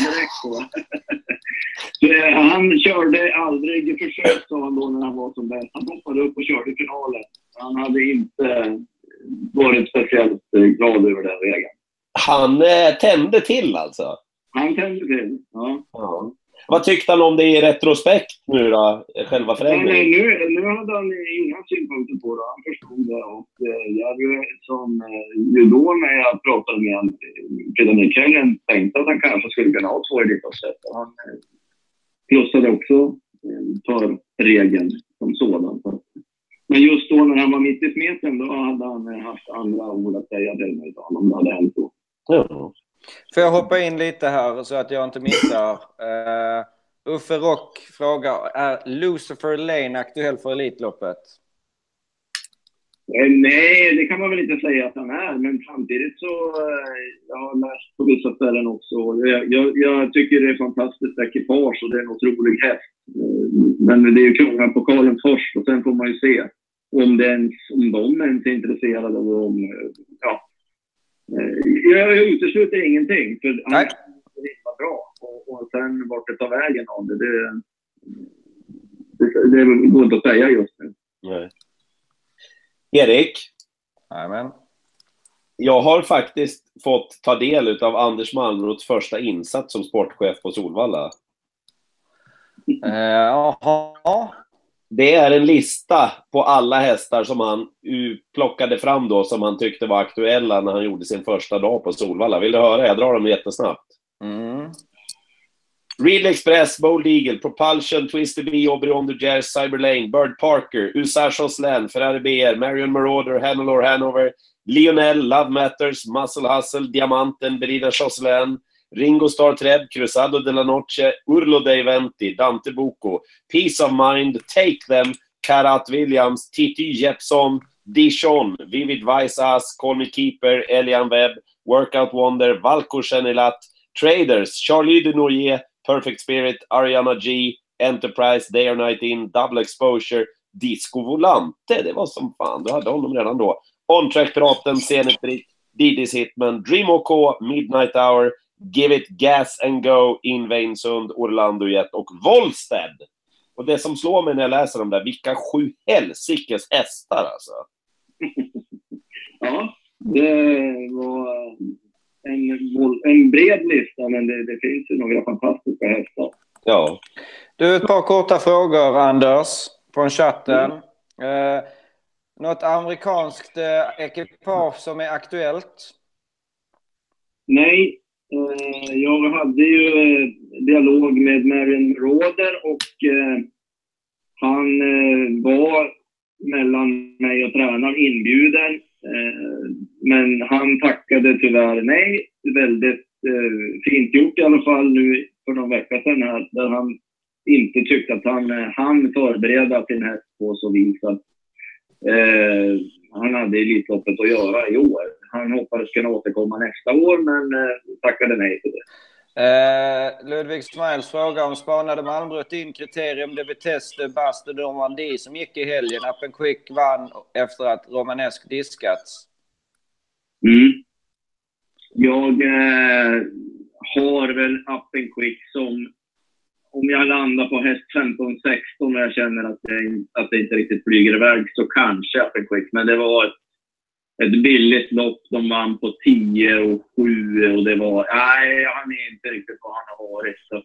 Så han körde aldrig försök, sa han då när han var som bäst. Han hoppade upp och körde i finalen. Han hade inte varit speciellt glad över den vägen. Han tände till alltså? Han tände till, ja. Vad tyckte han om det i retrospekt nu då, själva förändringen? Nu hade han inga synpunkter på det. Han förstod det. Och jag som ju då när jag pratade med honom, Frida Mikael, tänkte att han kanske skulle kunna ha 2 elitloppssätt. Han plussade också för regeln som sådan. Men just då när han var mitt i smeten, då hade han haft andra ord att säga till mig om det hade hänt så. Ja. Får jag hoppa in lite här så att jag inte missar? Uffe Rock frågar: är Lucifer Lane aktuell för Elitloppet? Nej, det kan man väl inte säga att han är. Men samtidigt så jag har läst på vissa ställen också. Jag tycker det är fantastiskt ekipage och det är en otrolig häst. Men det är ju Kungapokalen först och sen får man ju se om de ens är intresserade av om... Ja. Jag utesluter ingenting för han var bra. Och sen vart det tar vägen av det. Det går inte att säga just nu. Nej. Erik? Amen. Jag har faktiskt fått ta del av Anders Malmroths första insats som sportchef på Solvalla. Jaha. Det är en lista på alla hästar som han plockade fram då, som han tyckte var aktuella när han gjorde sin första dag på Solvalla. Vill du höra? Jag drar dem jättesnabbt. Real Express, Bold Eagle, Propulsion, Twister B, Oberon de Gers, Cyberlane, Bird Parker, Usage Oslan, Ferrari BR, Marion Marauder, Hannelore Hanover, Lionel, Love Matters, Muscle Hustle, Diamanten, Berida Oslan, Ringo Star Treb, Cruzado de la Noche, Urlo de Eventi, Dante Bocco, Peace of Mind, Take Them, Karat Williams, Titi Jeppson, Dijon, Vivid Vice-Ass, Call Me Keeper, Elian Webb, Workout Wonder, Valko Chenilat, Traders, Charlie de Noyer, Perfect Spirit, Ariana G, Enterprise, Day or Night In, Double Exposure, Disco Volante, det var som fan, du hade honom redan då. On Track Piraten, Zenit, Didis Hitman, Dream OK, Midnight Hour, Give It Gas and Go, Invainsund, Orlando Jet och Volstead. Och det som slår mig när jag läser dem där, vilka 7 helsikes hästar alltså. Ja, det var en bred lista, men det finns ju några fantastiska hästar. Ja. Du, ett par korta frågor, Anders, från chatten. Något amerikanskt ekipage som är aktuellt? Nej, jag hade ju dialog med Marion Marauder och han var mellan mig och tränaren inbjuden. Men han tackade tyvärr nej. Väldigt fint gjort i alla fall nu för någon vecka sedan här, där han inte tyckte att han förbereda sin häst på så vis att han hade Elitloppet att göra i år. Han hoppades kunna återkomma nästa år, men tackade nej till det. Ludvig Smiles fråga om spanade Malmroth in kriterium de Vitesse Bas de Normandie som gick i helgen. Up and Quick vann efter att Romanesque diskats. Jag har väl Up and Quick som, om jag landar på häst 15-16 och jag känner att det inte riktigt flyger iväg, så kanske Up and Quick. Men det var ett billigt lopp. De vann på 10 och 7 och det var... Nej, han är inte riktigt vad han har varit. Så,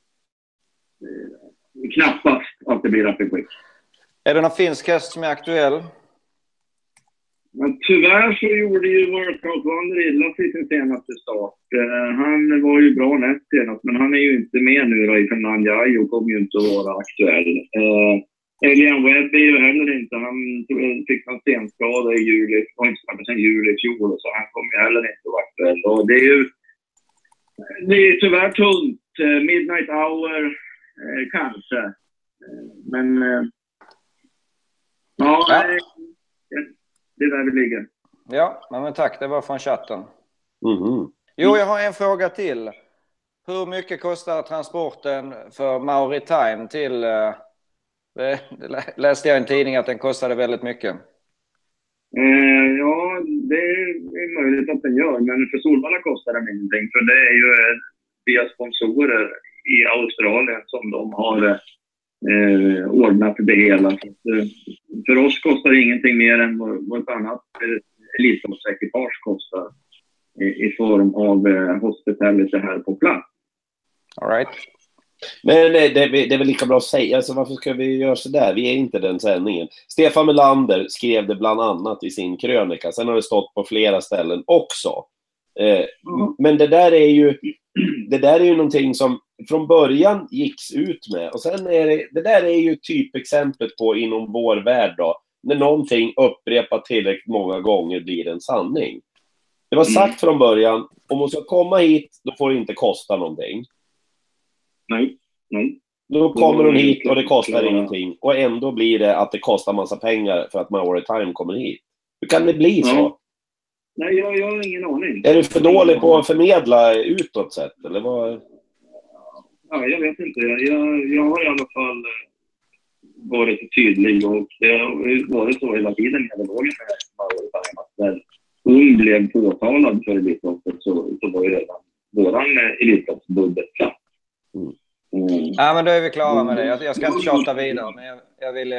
knappast att det blir Up and Quick. Är det någon finsk häst som är aktuell? Men tyvärr så gjorde ju Workout Wonder illa till sin senaste start. Han var ju bra näst senast, men han är ju inte med nu då i Fernandjaj och kommer ju inte att vara aktuell. Elian Webb är ju heller inte. Han fick en senskada i juli, och inte snabbt sedan juli i fjol, så han kommer ju heller inte att vara aktuell. Och det är ju tyvärr tunt. Midnight Hour kanske. Men ja. Det är där vi ligger. Ja, men tack. Det var från chatten. Jo, jag har en fråga till. Hur mycket kostar transporten för Maritime till... läste jag i en tidning att den kostade väldigt mycket. Ja, det är möjligt att den gör. Men för Solvalla kostar den ingenting. För det är ju via sponsorer i Australien som de har ordnat det hela. Så för oss kostar det ingenting mer än vad ett annat elitloppsekipage kostar i form av hospitality här på plats. All right. Men det är väl lika bra att säga, alltså, varför ska vi göra så där? Vi är inte den sändningen. Stefan Melander skrev det bland annat i sin krönika. Sen har det stått på flera ställen också. Men det där är ju någonting som från början gicks ut med. Och sen det där är ju typexemplet på inom vår värld då. När någonting upprepat tillräckligt många gånger blir en sanning. Det var sagt från början, om hon ska komma hit, då får det inte kosta någonting. Nej. Då kommer hon hit och det kostar ingenting. Och ändå blir det att det kostar massa pengar för att Maritime kommer hit. Hur kan det bli så? Ja. Nej, jag har ingen aning. Är du för dålig på att förmedla utåt sett? Eller vad? Ja, jag vet inte. Jag har i alla fall varit tydlig och det har varit så hela tiden i dialogen med hon blev påtalad för Elitloppet så var ju redan våran Elitloppsbudget klart. Ja, men då är vi klara med det. Jag ska inte tjata vidare, men jag vill...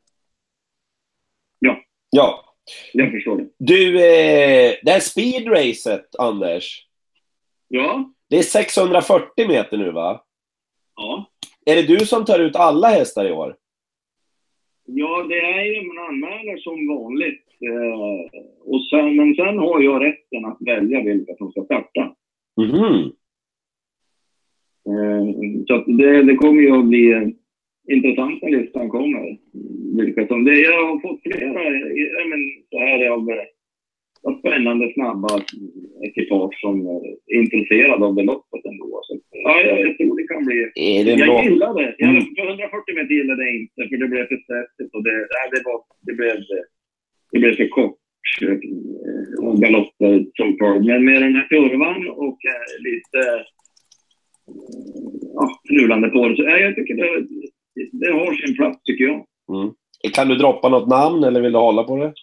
Ja, jag förstår det. Du, det här speedracet, Anders. Ja. Det är 640 meter nu, va? Ja. Är det du som tar ut alla hästar i år? Ja, det är ju en anmälan som vanligt. Men sen har jag rätten att välja vilka som ska starta. Mhm. Så att det kommer ju att bli intressant när listan kommer. Vilka som det. Jag har fått flera så här av spännande, snabba ekipage som är intresserade av det loppet ändå. Så, ja, jag tror det kan bli... Jag gillade det. 140 meter gillade jag inte, för det blev för stressigt och det blev för kort och galopper som tar. Men med den här kurvan och lite knulande på det, så jag tycker det har sin plats, tycker jag. Mm. Kan du droppa något namn eller vill du hålla på det?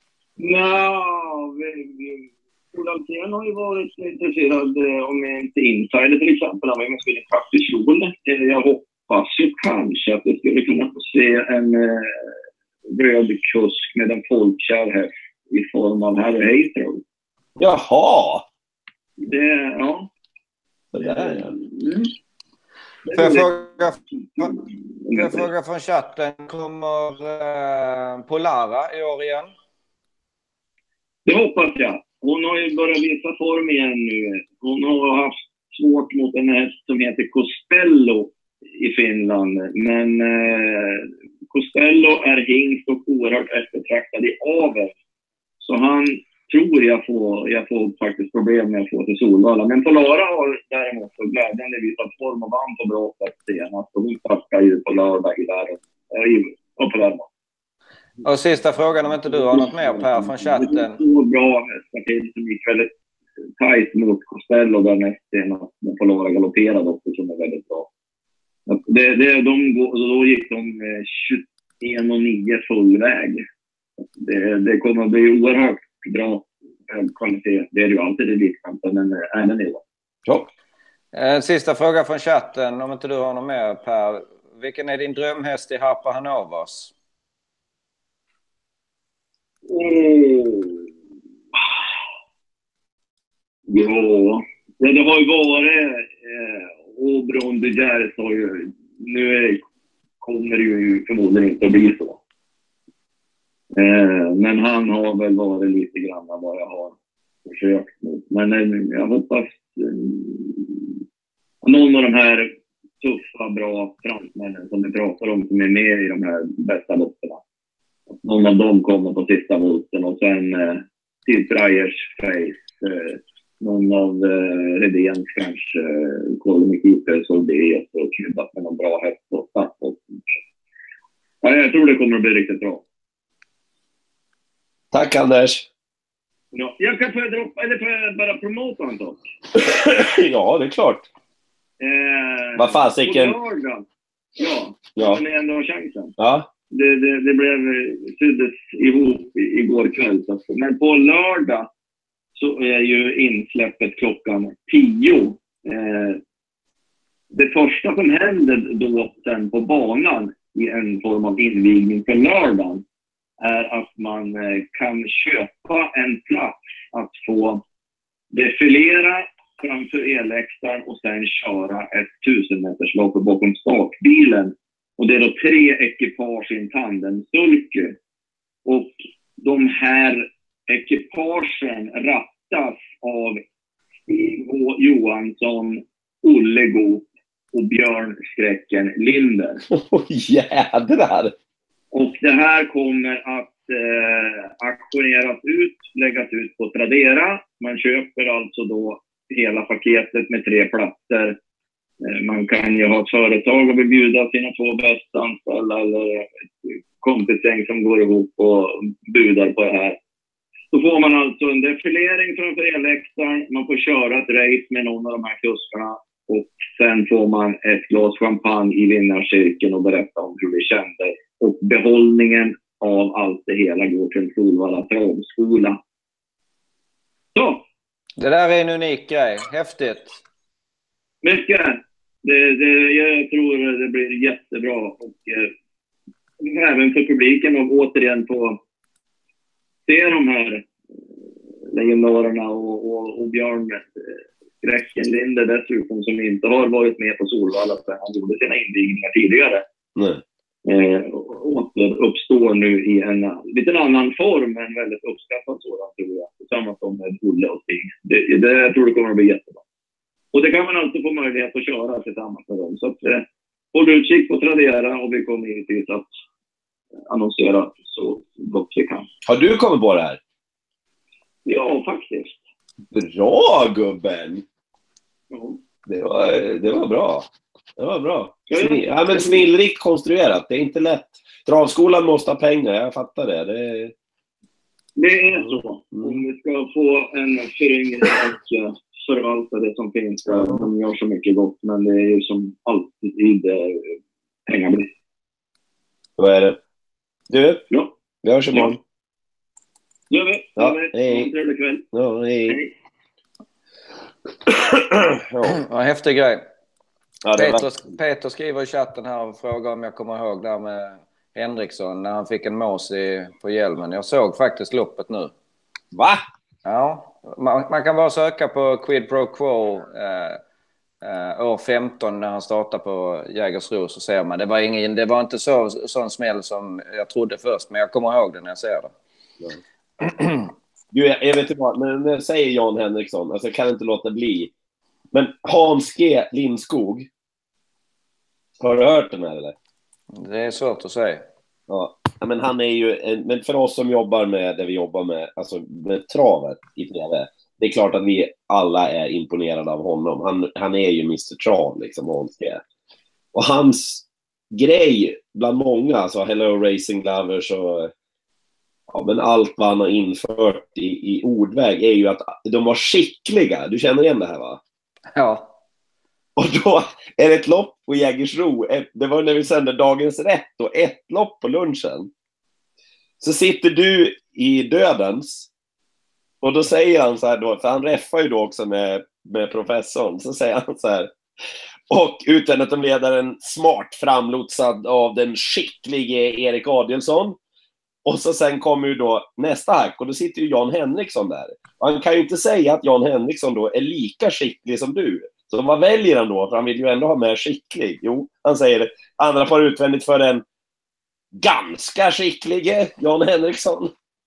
Ola Alsén har ju varit intresserad om inte insider till exempel. Han var ju med en praktisk jord. Jag hoppas ju kanske att det skulle kunna få se en röd kusk med en folkkär häst i form av Harry Haythrow. Jaha! Ja. Det där, ja. Får jag fråga från chatten, kommer Polara i år igen? Det hoppas jag. Hon har ju börjat visa form igen nu. Hon har haft svårt mot en häst som heter Costello i Finland. Men Costello är hingst och oerhört eftertraktad i avel. Så han tror jag får faktiskt problem med att få till Solvalla. Men Polara har däremot så glädjande visat form och vann på bra sätt senast. Och hon startar ju på lördag i där och på lördag. Och sista frågan, om inte du har något mer, Per, från chatten. Så bra hästar som gick väldigt tajt mot Costello där näst senast. Men Polara galopperade också som är väldigt bra. Då gick de 21,9 full väg. Det kommer att bli oerhört bra kvalitet. Det är ju alltid det liknande, men även i år. Ja. Sista fråga från chatten, om inte du har något mer, Per. Vilken är din drömhäst i Harper Hanovers? Ja, det har ju varit Oberon de Gers har ju, nu kommer det ju förmodligen inte att bli så. Men han har väl varit lite grann vad jag har försökt mot. Men jag hoppas någon av de här tuffa, bra fransmännen som vi pratar om som är med i de här bästa lopperna. Någon av dem kommer på sista volten och sen till Freyers Face, någon av Redéns kanske, Colin Keeper så det är så kryddat med någon bra häst på start. Ja, jag tror det kommer att bli riktigt bra. Tack, Anders. Ja, jag kan få droppa, eller får jag bara promota en sak? Ja, det är klart. Vad fan, sicken? Ja, men ändå har chansen. Ja. Det blev syddes ihop igår kväll. Men på lördag så är ju insläppet klockan 10. Det första som händer då sen på banan i en form av invigning för lördagen är att man kan köpa en plats att få defilera framför elläktaren och sen köra ett 1000-meterslopp bakom startbilen. Och det är då 3 ekipage i en tandemsulke. Och de här ekipagen rattas av Stig H. Johansson, Olle Goop och Björn Skräcken Linder. Jädrar! Och det här kommer att auktioneras ut, läggas ut på Tradera. Man köper alltså då hela paketet med 3 platser. Man kan ju ha ett företag och bjuda sina 2 bästa anställda eller ett kompisgäng som går ihop och budar på det här. Då får man alltså en defilering framför elläktaren. Man får köra ett race med någon av de här kuskarna. Och sen får man ett glas champagne i vinnarcirkeln och berätta om hur det kändes. Och behållningen av allt det hela går till en Solvalla travskola. Så. Det där är en unik grej. Häftigt. Mycket. Jag tror det blir jättebra. Och även för publiken och återigen få se de här legendorerna och Björn Skräckenlinde dessutom, som inte har varit med på Solvalla för han gjorde sina invigningar tidigare. Återuppstår nu i en lite annan form, men väldigt uppskattad sådan, tror jag. Tillsammans med Olle och Stig. Det tror jag kommer att bli jättebra. Och det kan man alltid få möjlighet att köra tillsammans med dem. Så att, håll utkik på Tradera och vi kommer givetvis att annonsera så gott vi kan. Har du kommit på det här? Ja, faktiskt. Bra, gubben! Ja. Det var bra. Det var bra. Ja, men snillrikt konstruerat. Det är inte lätt. Travskolan måste ha pengar, jag fattar det. Det är så. Om vi ska få en föryngring och förvalta det som finns. De gör så mycket gott, men det är ju som alltid pengabrist. Vad är det? Du? Ja. Vi hörs imorgon. Gör vi. Hej. Trevlig kväll. Ja, hej. Ja, häftig grej. Ja, Peter skriver i chatten här och frågar om jag kommer ihåg där med Henriksson när han fick en mås på hjälmen. Jag såg faktiskt loppet nu. Va? Ja, man kan bara söka på Quid Pro Quo år 15 när han startade på Jägersro, så ser man. Det var inte sån smäll som jag trodde först, men jag kommer ihåg det när jag ser det. Du, jag vet inte vad, men när jag säger Jan Henriksson, alltså jag kan inte låta bli. Men Hans G. Lindskog, har du hört den här eller? Det är svårt att säga. Ja, men han är ju, men för oss som jobbar med det vi jobbar med, alltså med travet i TV, det är klart att vi alla är imponerade av honom. Han är ju Mr. Trav, liksom, Hans G. Och hans grej bland många, alltså Hello Racing Lovers och ja, men allt vad han har infört i ordväg är ju att de var skickliga. Du känner igen det här, va? Ja. Och då är det ett lopp på Jägersro. Det var när vi sände Dagens Rätt och ett lopp på lunchen. Så sitter du i Dödens och då säger han så här då, för han räffar ju då också med professorn, så säger han så här: och utvändigt-ledaren smart framlotsad av den skicklige Erik Adielsson. Och så sen kommer ju då nästa hack och då sitter ju Jan Henriksson där. Och han kan ju inte säga att Jan Henriksson då är lika skicklig som du. Så vad väljer han då? För han vill ju ändå ha med skicklig. Jo, han säger det. Andra får utvändigt för den ganska skicklige Jan Henriksson.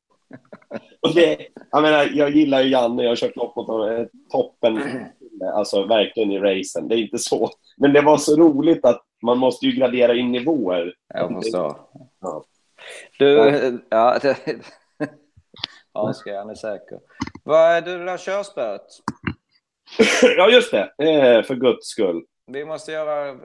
Och det, jag menar, jag gillar ju Janne. Jag har kört lopp mot toppen. Alltså verkligen i racen. Det är inte så. Men det var så roligt att man måste ju gradera in nivåer. Jag förstår. Ja. Du, ja, Hans G, han är säker. Vad är det där körspöret? Ja, just det. För Guds skull. Vi måste göra...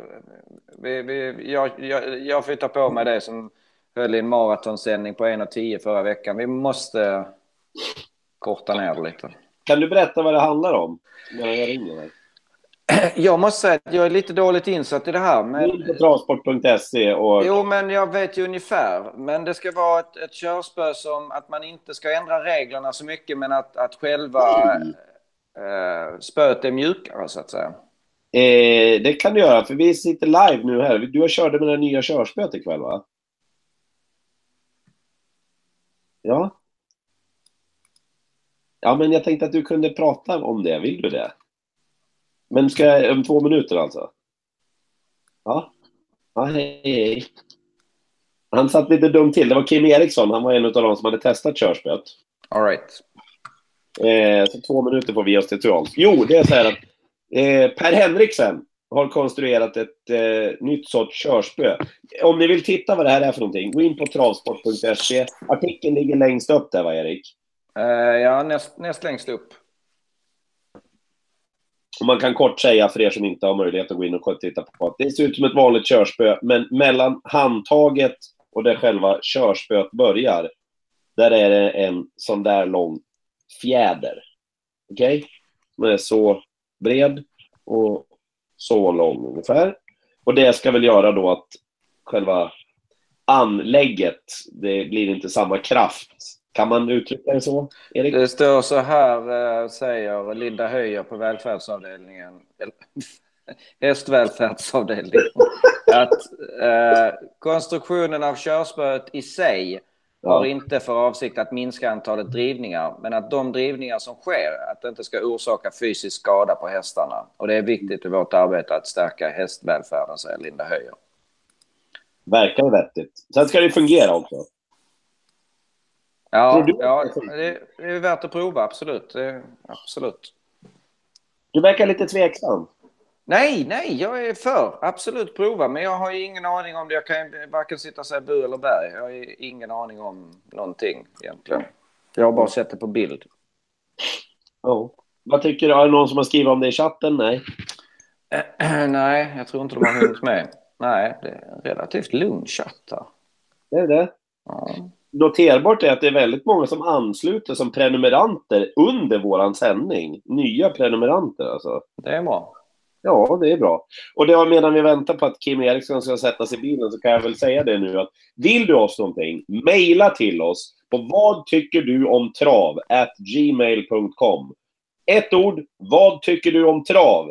Jag flyttar på med det som höll i en maratonsändning på 1:10 förra veckan. Vi måste korta ner det lite. Kan du berätta vad det handlar om? När jag ringer dig. Jag måste säga att jag är lite dåligt insatt i det här. Men... På transport.se och... Jo, men jag vet ju ungefär. Men det ska vara ett körspö som att man inte ska ändra reglerna så mycket, men att själva spöet är mjukare, så att säga. Det kan du göra, för vi sitter live nu här. Du har kört med det nya körspöet ikväll, va? Ja. Ja, men jag tänkte att du kunde prata om det. Vill du det? Men ska jag om 2 minuter alltså? Ja. Ja, hej. Han satt lite dumt till. Det var Kim Eriksson. Han var en av de som hade testat körspöet. All right. Så 2 minuter får vi oss till tråd. Jo, det är så här att Per Henriksen har konstruerat ett nytt sorts körspö. Om ni vill titta vad det här är för någonting, gå in på travsport.se. Artikeln ligger längst upp där, va, Erik? Ja, näst längst upp. Och man kan kort säga för er som inte har möjlighet att gå in och titta på att det ser ut som ett vanligt körspö, men mellan handtaget och där själva körspöet börjar, där är det en sån där lång fjäder. Okej? Den är så bred och så lång ungefär. Och det ska väl göra då att själva anlägget, det blir inte samma kraft. Kan man uttrycka det så, Erik? Det står så här, säger Linda Höjer på välfärdsavdelningen, hästvälfärdsavdelningen, att konstruktionen av körspöet i sig har inte för avsikt att minska antalet drivningar, men att de drivningar som sker, att det inte ska orsaka fysisk skada på hästarna. Och det är viktigt i vårt arbete att stärka hästvälfärden, säger Linda Höjer. Verkar vettigt. Sen ska det fungera också. Ja, det är värt att prova, absolut. Absolut. Du verkar lite tveksam. Nej, jag är för. Absolut prova. Men jag har ju ingen aning om det. Jag kan varken sitta och säga bu eller berg. Jag har ju ingen aning om någonting egentligen. Jag har bara sett det på bild. Ja. Vad tycker du? Är det någon som har skrivit om det i chatten? Nej. Nej, jag tror inte de har hunnit med. Nej, det är en relativt lugn chatt här. Det är det? Ja. Noterbart är att det är väldigt många som ansluter som prenumeranter under våran sändning. Nya prenumeranter alltså. Det är bra. Ja, det är bra. Och det var medan vi väntar på att Kim Eriksson ska sätta sig i bilen, så kan jag väl säga det nu att vill du oss någonting, mejla till oss på vad tycker du om trav @gmail.com. Ett ord, vad tycker du om trav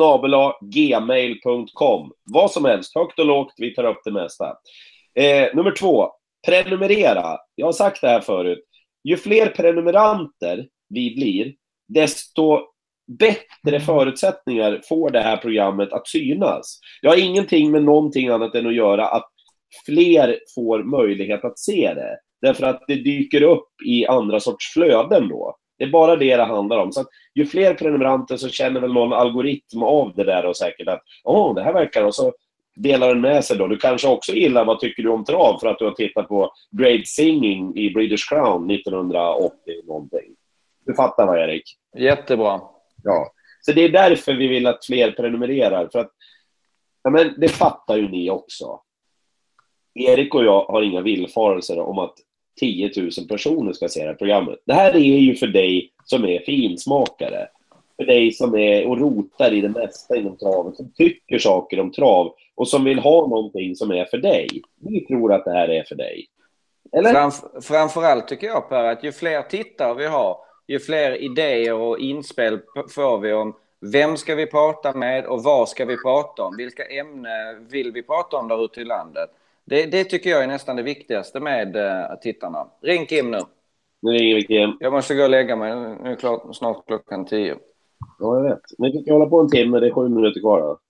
@gmail.com. Vad som helst, högt och lågt, vi tar upp det mesta. Nummer 2, prenumerera. Jag har sagt det här förut. Ju fler prenumeranter vi blir, desto bättre förutsättningar får det här programmet att synas. Jag har ingenting med någonting annat än att göra att fler får möjlighet att se det. Därför att det dyker upp i andra sorts flöden då. Det är bara det handlar om. Så att ju fler prenumeranter så känner väl någon algoritm av det där och säkert att det här verkar, och så delar den med sig då. Du kanske också gillar vad tycker du om trav för att du har tittat på Great Singing i British Crown 1980 någonting. Du fattar vad, Erik? Jättebra. Ja, så det är därför vi vill att fler prenumererar. För att, men det fattar ju ni också. Erik och jag har inga villfarelser om att 10 000 personer ska se det här programmet. Det här är ju för dig som är finsmakare. För dig som är och rotar i det mesta inom travet. Som tycker saker om trav. Och som vill ha någonting som är för dig. Vi tror att det här är för dig. Eller? Framförallt tycker jag, Per, att ju fler tittare vi har, ju fler idéer och inspel får vi om vem ska vi prata med och vad ska vi prata om. Vilka ämnen vill vi prata om där ute i landet. Det tycker jag är nästan det viktigaste med tittarna. Ring Kim nu. Nu ringer vi Kim. Jag måste gå och lägga mig. Nu är snart klockan 10. Ja, jag vet. Men vi kan hålla på en timme. Det är 7 minuter kvar då.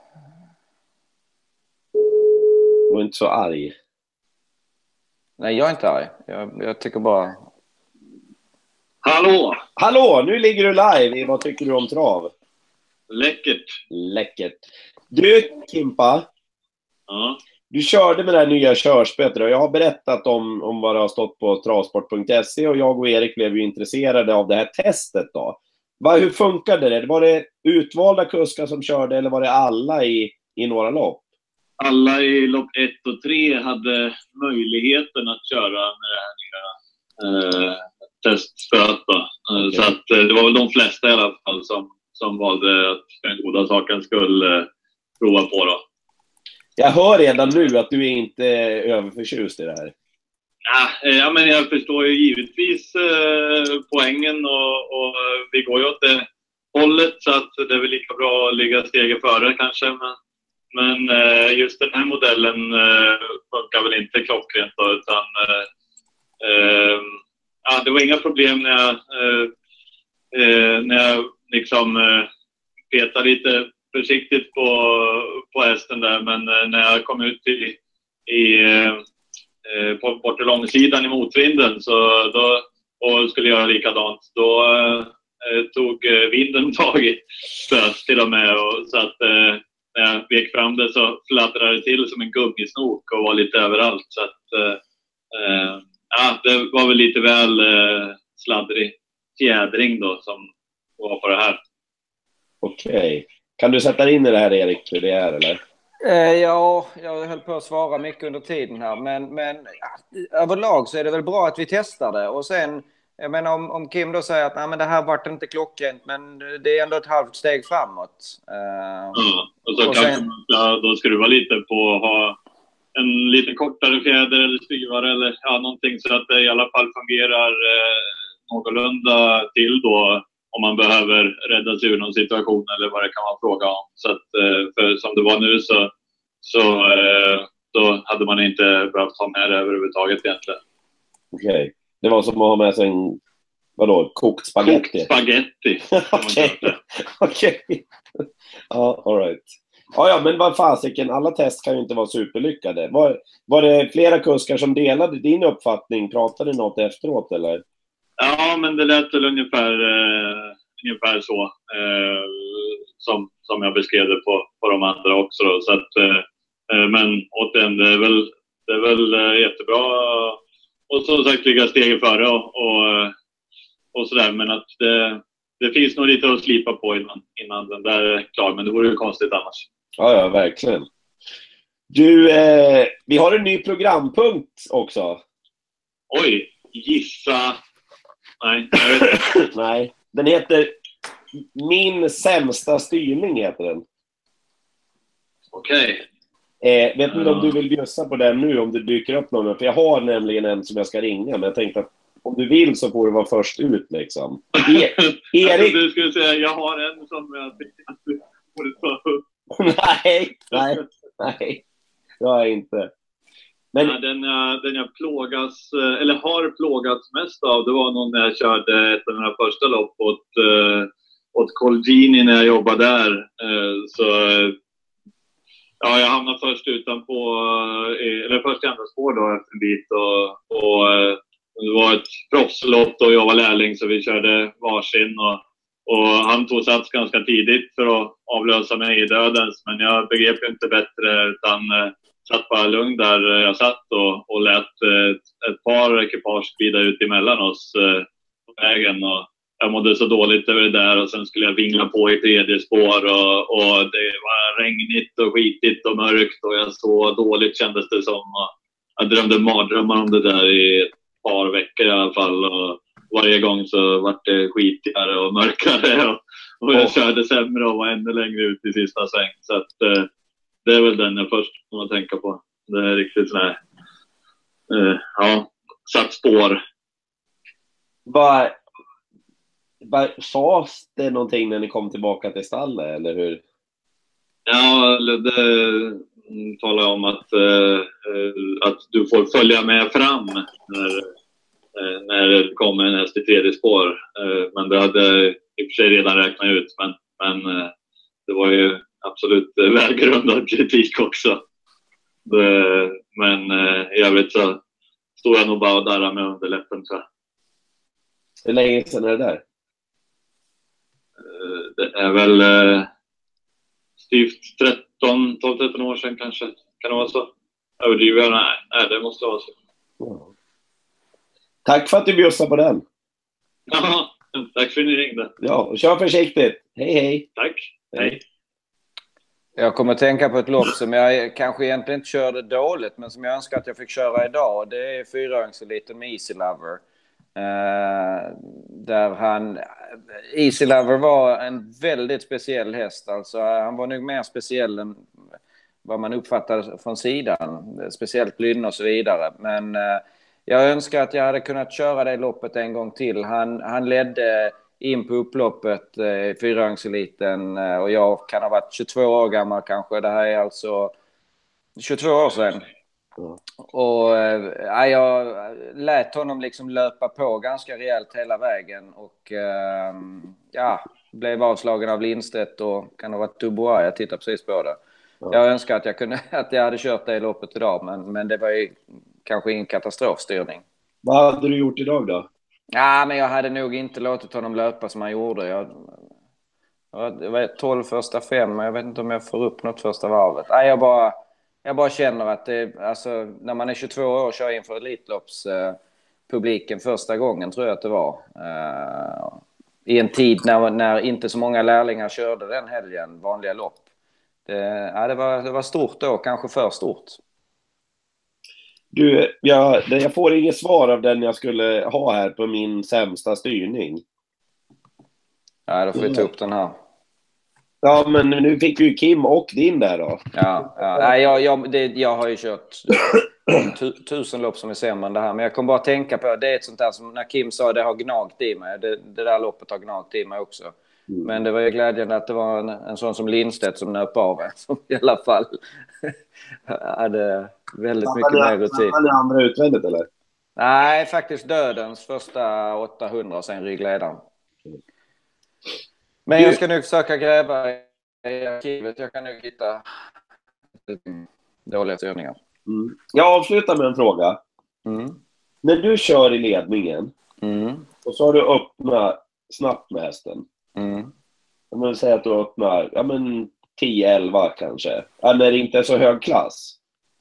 Du är inte så arg. Nej, jag är inte arg. Jag tycker bara... Hallå! Hallå! Nu ligger du live. Vad tycker du om trav? Läckert. Du, Kimpa. Ja. Du körde med det här nya körspöet och jag har berättat om vad det har stått på travsport.se och jag och Erik blev ju intresserade av det här testet då. Hur funkade det? Var det utvalda kuskar som körde eller var det alla i några lopp? Alla i lopp 1 och 3 hade möjligheten att köra med det här nya testspöet. Okay. Så att det var väl de flesta i alla fall som valde att för den goda saken skulle prova på då. Jag hör redan nu att du är inte överförtjust i det här. Ja, men jag förstår ju givetvis poängen och vi går ju åt det hållet så att det är väl lika bra att ligga steget före kanske. Men just den här modellen funkar väl inte klockrent då, utan det var inga problem när jag liksom petade lite försiktigt på hästen där, men när jag kom ut på bort långsidan i motvinden och skulle göra likadant, då tog vinden tag i spöet till och med, och så att när jag vek fram det så fladdrade det till som en gummisnok och var lite överallt, så att det var väl lite väl sladdrig fjädring då som var på det här. Okej. Kan du sätta in i det här, Erik, hur det är, eller? Ja, jag höll på att svara mycket under tiden här. Men överlag så är det väl bra att vi testar det. Och sen, jag menar om Kim då säger att nej, men det här vart inte klockrent, men det är ändå ett halvt steg framåt. Och så kanske man ska då skruva lite på att ha en lite kortare fjäder eller styvare eller någonting så att det i alla fall fungerar någorlunda till då om man behöver rädda sig ur någon situation eller vad det kan vara fråga om. Så att, för som det var nu så då hade man inte behövt ha med det överhuvudtaget egentligen. Okej. Det var som att ha med sig en, vadå, kokt spaghetti? Kokt spaghetti. Okej. Ja, all right. Ja, men vad fasiken, alla test kan ju inte vara superlyckade. Var det flera kuskar som delade din uppfattning? Pratade något efteråt, eller? Ja, men det lät väl ungefär så som jag beskrev det på de andra också. Då. Så att, men återigen, det är väl jättebra och som sagt ligga steg före och sådär. Men att det finns nog lite att slipa på innan den där är klar. Men det vore ju konstigt annars. Ja, verkligen. Du, vi har en ny programpunkt också. Oj, gissa. Nej, jag vet inte. Nej, den heter Min sämsta styrning heter den. Okej. Vet inte om du vill bjussa på den nu om det dyker upp någon. För jag har nämligen en som jag ska ringa. Men jag tänkte att om du vill så får du vara först ut liksom. Erik... Du skulle säga jag har en som jag tycker att du borde ta upp. Nej. Jag är inte. Men... Ja, den jag plågas, eller har plågats mest av, det var nog när jag körde ett av mina första lopp åt Colgini när jag jobbade där. Så ja, jag hamnade först först i andra spår då efter en bit och det var ett proffslopp och jag var lärling så vi körde varsin och han tog sats ganska tidigt för att avlösa mig i dödens, men jag begrep inte bättre utan satt bara lugn där jag satt och lät ett par ekipage glida ut emellan oss på vägen och jag mådde så dåligt över det där och sen skulle jag vingla på i tredje spår och det var regnigt och skitigt och mörkt och jag så dåligt kändes det som. Jag drömde mardrömmar om det där i ett par veckor i alla fall och varje gång så var det skitigare och mörkare och jag körde sämre och var ännu längre ut i sista sväng. Så att det är väl den jag först kommer att tänka på. Det är riktigt sån här satt spår. Sades det någonting när ni kom tillbaka till stallet, eller hur? Ja, det talar om att du får följa med fram när det kommer en häst i tredje spår. Men det hade i och för sig redan räknat ut. Men det var ju absolut välgrundad kritik också. Men i övrigt så stod jag nog bara och darrade med underläppen. Så. Hur länge sedan är det där? Det är väl styvt 12-13 år sedan kanske. Kan det vara så? Överdriver jag? Nej, det måste vara så. Ja. Tack för att du bjussade på den. Ja, tack för att ni ringde. Ja, och kör försiktigt. Hej. Tack. Hej. Jag kommer att tänka på ett lopp som jag kanske egentligen inte körde dåligt, men som jag önskar att jag fick köra idag. Det är 4-öringseliten med Easy Lover. Där Easy Lover var en väldigt speciell häst. Alltså, han var nog mer speciell än vad man uppfattade från sidan. Speciellt lynn och så vidare. Men jag önskar att jag hade kunnat köra det loppet en gång till. Han ledde in på upploppet i 4-öringseliten och jag kan ha varit 22 år gammal kanske. Det här är alltså 22 år sedan. Och jag lät honom liksom löpa på ganska rejält hela vägen och blev avslagen av Lindstedt och kan ha varit Dubois. Jag tittar precis på det. Jag önskar att jag hade kört det loppet idag, men det var ju kanske ingen katastrofstyrning. Vad hade du gjort idag då? Ja, men jag hade nog inte låtit honom löpa som han gjorde. Det var 12 första 5, men jag vet inte om jag får upp något första varvet. Nej, jag bara känner att när man är 22 år och kör inför Elitloppspubliken första gången, tror jag att det var. I en tid när inte så många lärlingar körde den helgen, vanliga lopp. det var stort då, kanske för stort. Du, jag får inget svar av den jag skulle ha här på min sämsta styrning. Ja, då får vi ta upp den här. Ja, men nu fick ju Kim och din där då. Ja. Nej, jag har ju kört 1000 lopp som är sämre än det här. Men jag kommer bara tänka på, det är ett sånt där som när Kim sa, det har gnagt i mig. Det där loppet har gnagt i mig också. Men det var ju glädjande att det var en sån som Lindstedt som nöp av. Som i alla fall hade väldigt mycket mer rutin. Han är andra utvändigt, eller? Nej, faktiskt Dödens första 800 och sen ryggledaren. Men jag ska nu försöka gräva i arkivet. Jag kan nu hitta dåliga styrningar. Jag avslutar med en fråga. När du kör i ledningen och så har du öppnat snabbt med hästen. Om man säger att du öppnar 10-11 kanske. När det inte är så hög klass.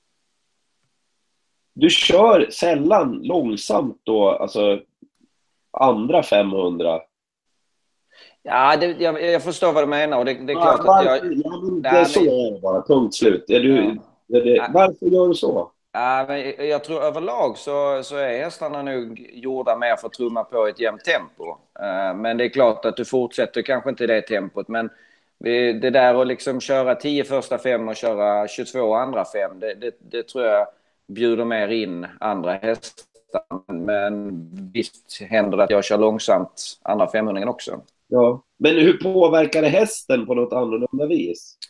Du kör sällan långsamt då, alltså andra 500. Ja, jag förstår vad du menar. Och det är klart att jag... Det är så bara, punkt slut. Varför gör du så? Ja, men jag tror överlag så är hästarna nog gjorda mer för att trumma på ett jämnt tempo. Men det är klart att du fortsätter kanske inte i det tempot. Men det där att liksom köra 10 första 5 och köra 22 andra 5, det tror jag bjuder mer in andra hästar. Men visst händer det att jag kör långsamt andra 500 också. Ja, men hur påverkar det hästen på något annorlunda vis?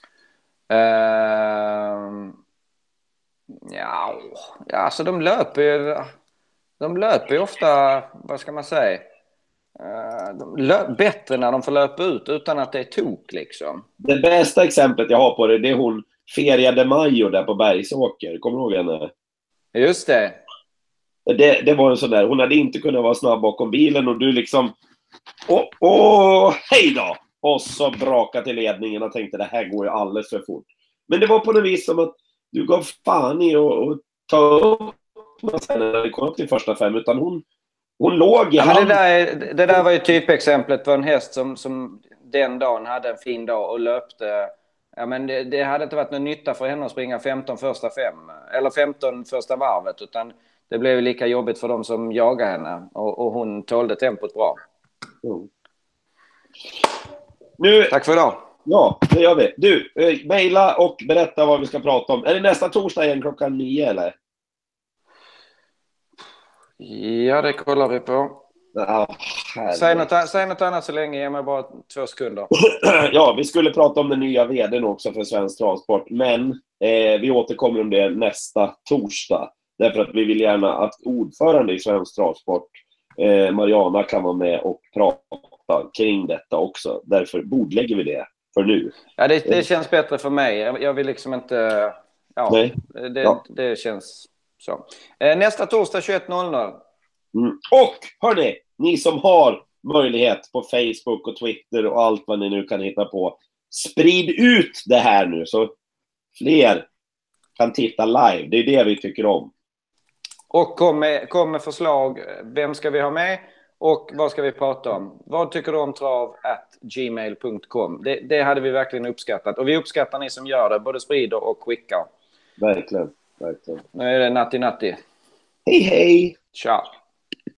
Alltså de löper ju ofta, vad ska man säga, bättre när de får löpa ut utan att det är tok liksom. Det bästa exemplet jag har på det är hon Feria de Mayo där på Bergsåker. Kommer du ihåg henne? Just det. Det var en sån där, hon hade inte kunnat vara snabb bakom bilen och du liksom hej då! Och så braka till ledningen och tänkte det här går ju alldeles för fort. Men det var på något vis som att du gav fan i att ta upp när det kom upp till första 5, utan hon låg i hand. Det där var ju typexemplet på en häst som den dagen hade en fin dag och löpte. Ja, men det hade inte varit någon nytta för henne att springa 15 första 5 eller 15 första varvet, utan det blev lika jobbigt för dem som jagade henne och hon tålde tempot bra. Tack för idag. Ja, det gör vi. Du, mejla och berätta vad vi ska prata om. Är det nästa torsdag igen 9:00 eller? Ja, det kollar vi på. Säg något annat så länge, ge mig bara 2 sekunder. Ja, vi skulle prata om den nya vdn också för Svensk Travsport, men vi återkommer om det nästa torsdag. Därför att vi vill gärna att ordförande i Svensk Travsport, Mariana, kan vara med och prata kring detta också. Därför bordlägger vi det för nu. Ja, det känns bättre för mig. Jag vill liksom inte... Ja, nej. Det känns så. Nästa torsdag 21:00. Och hörni, ni som har möjlighet på Facebook och Twitter och allt vad ni nu kan hitta på, sprid ut det här nu så fler kan titta live. Det är det vi tycker om. Och kom med förslag. Vem ska vi ha med? Och vad ska vi prata om? Vad tycker du om trav@gmail.com? Det hade vi verkligen uppskattat. Och vi uppskattar ni som gör det. Både sprider och skickar. Verkligen. Nu är det natti. Hej hej! Ciao.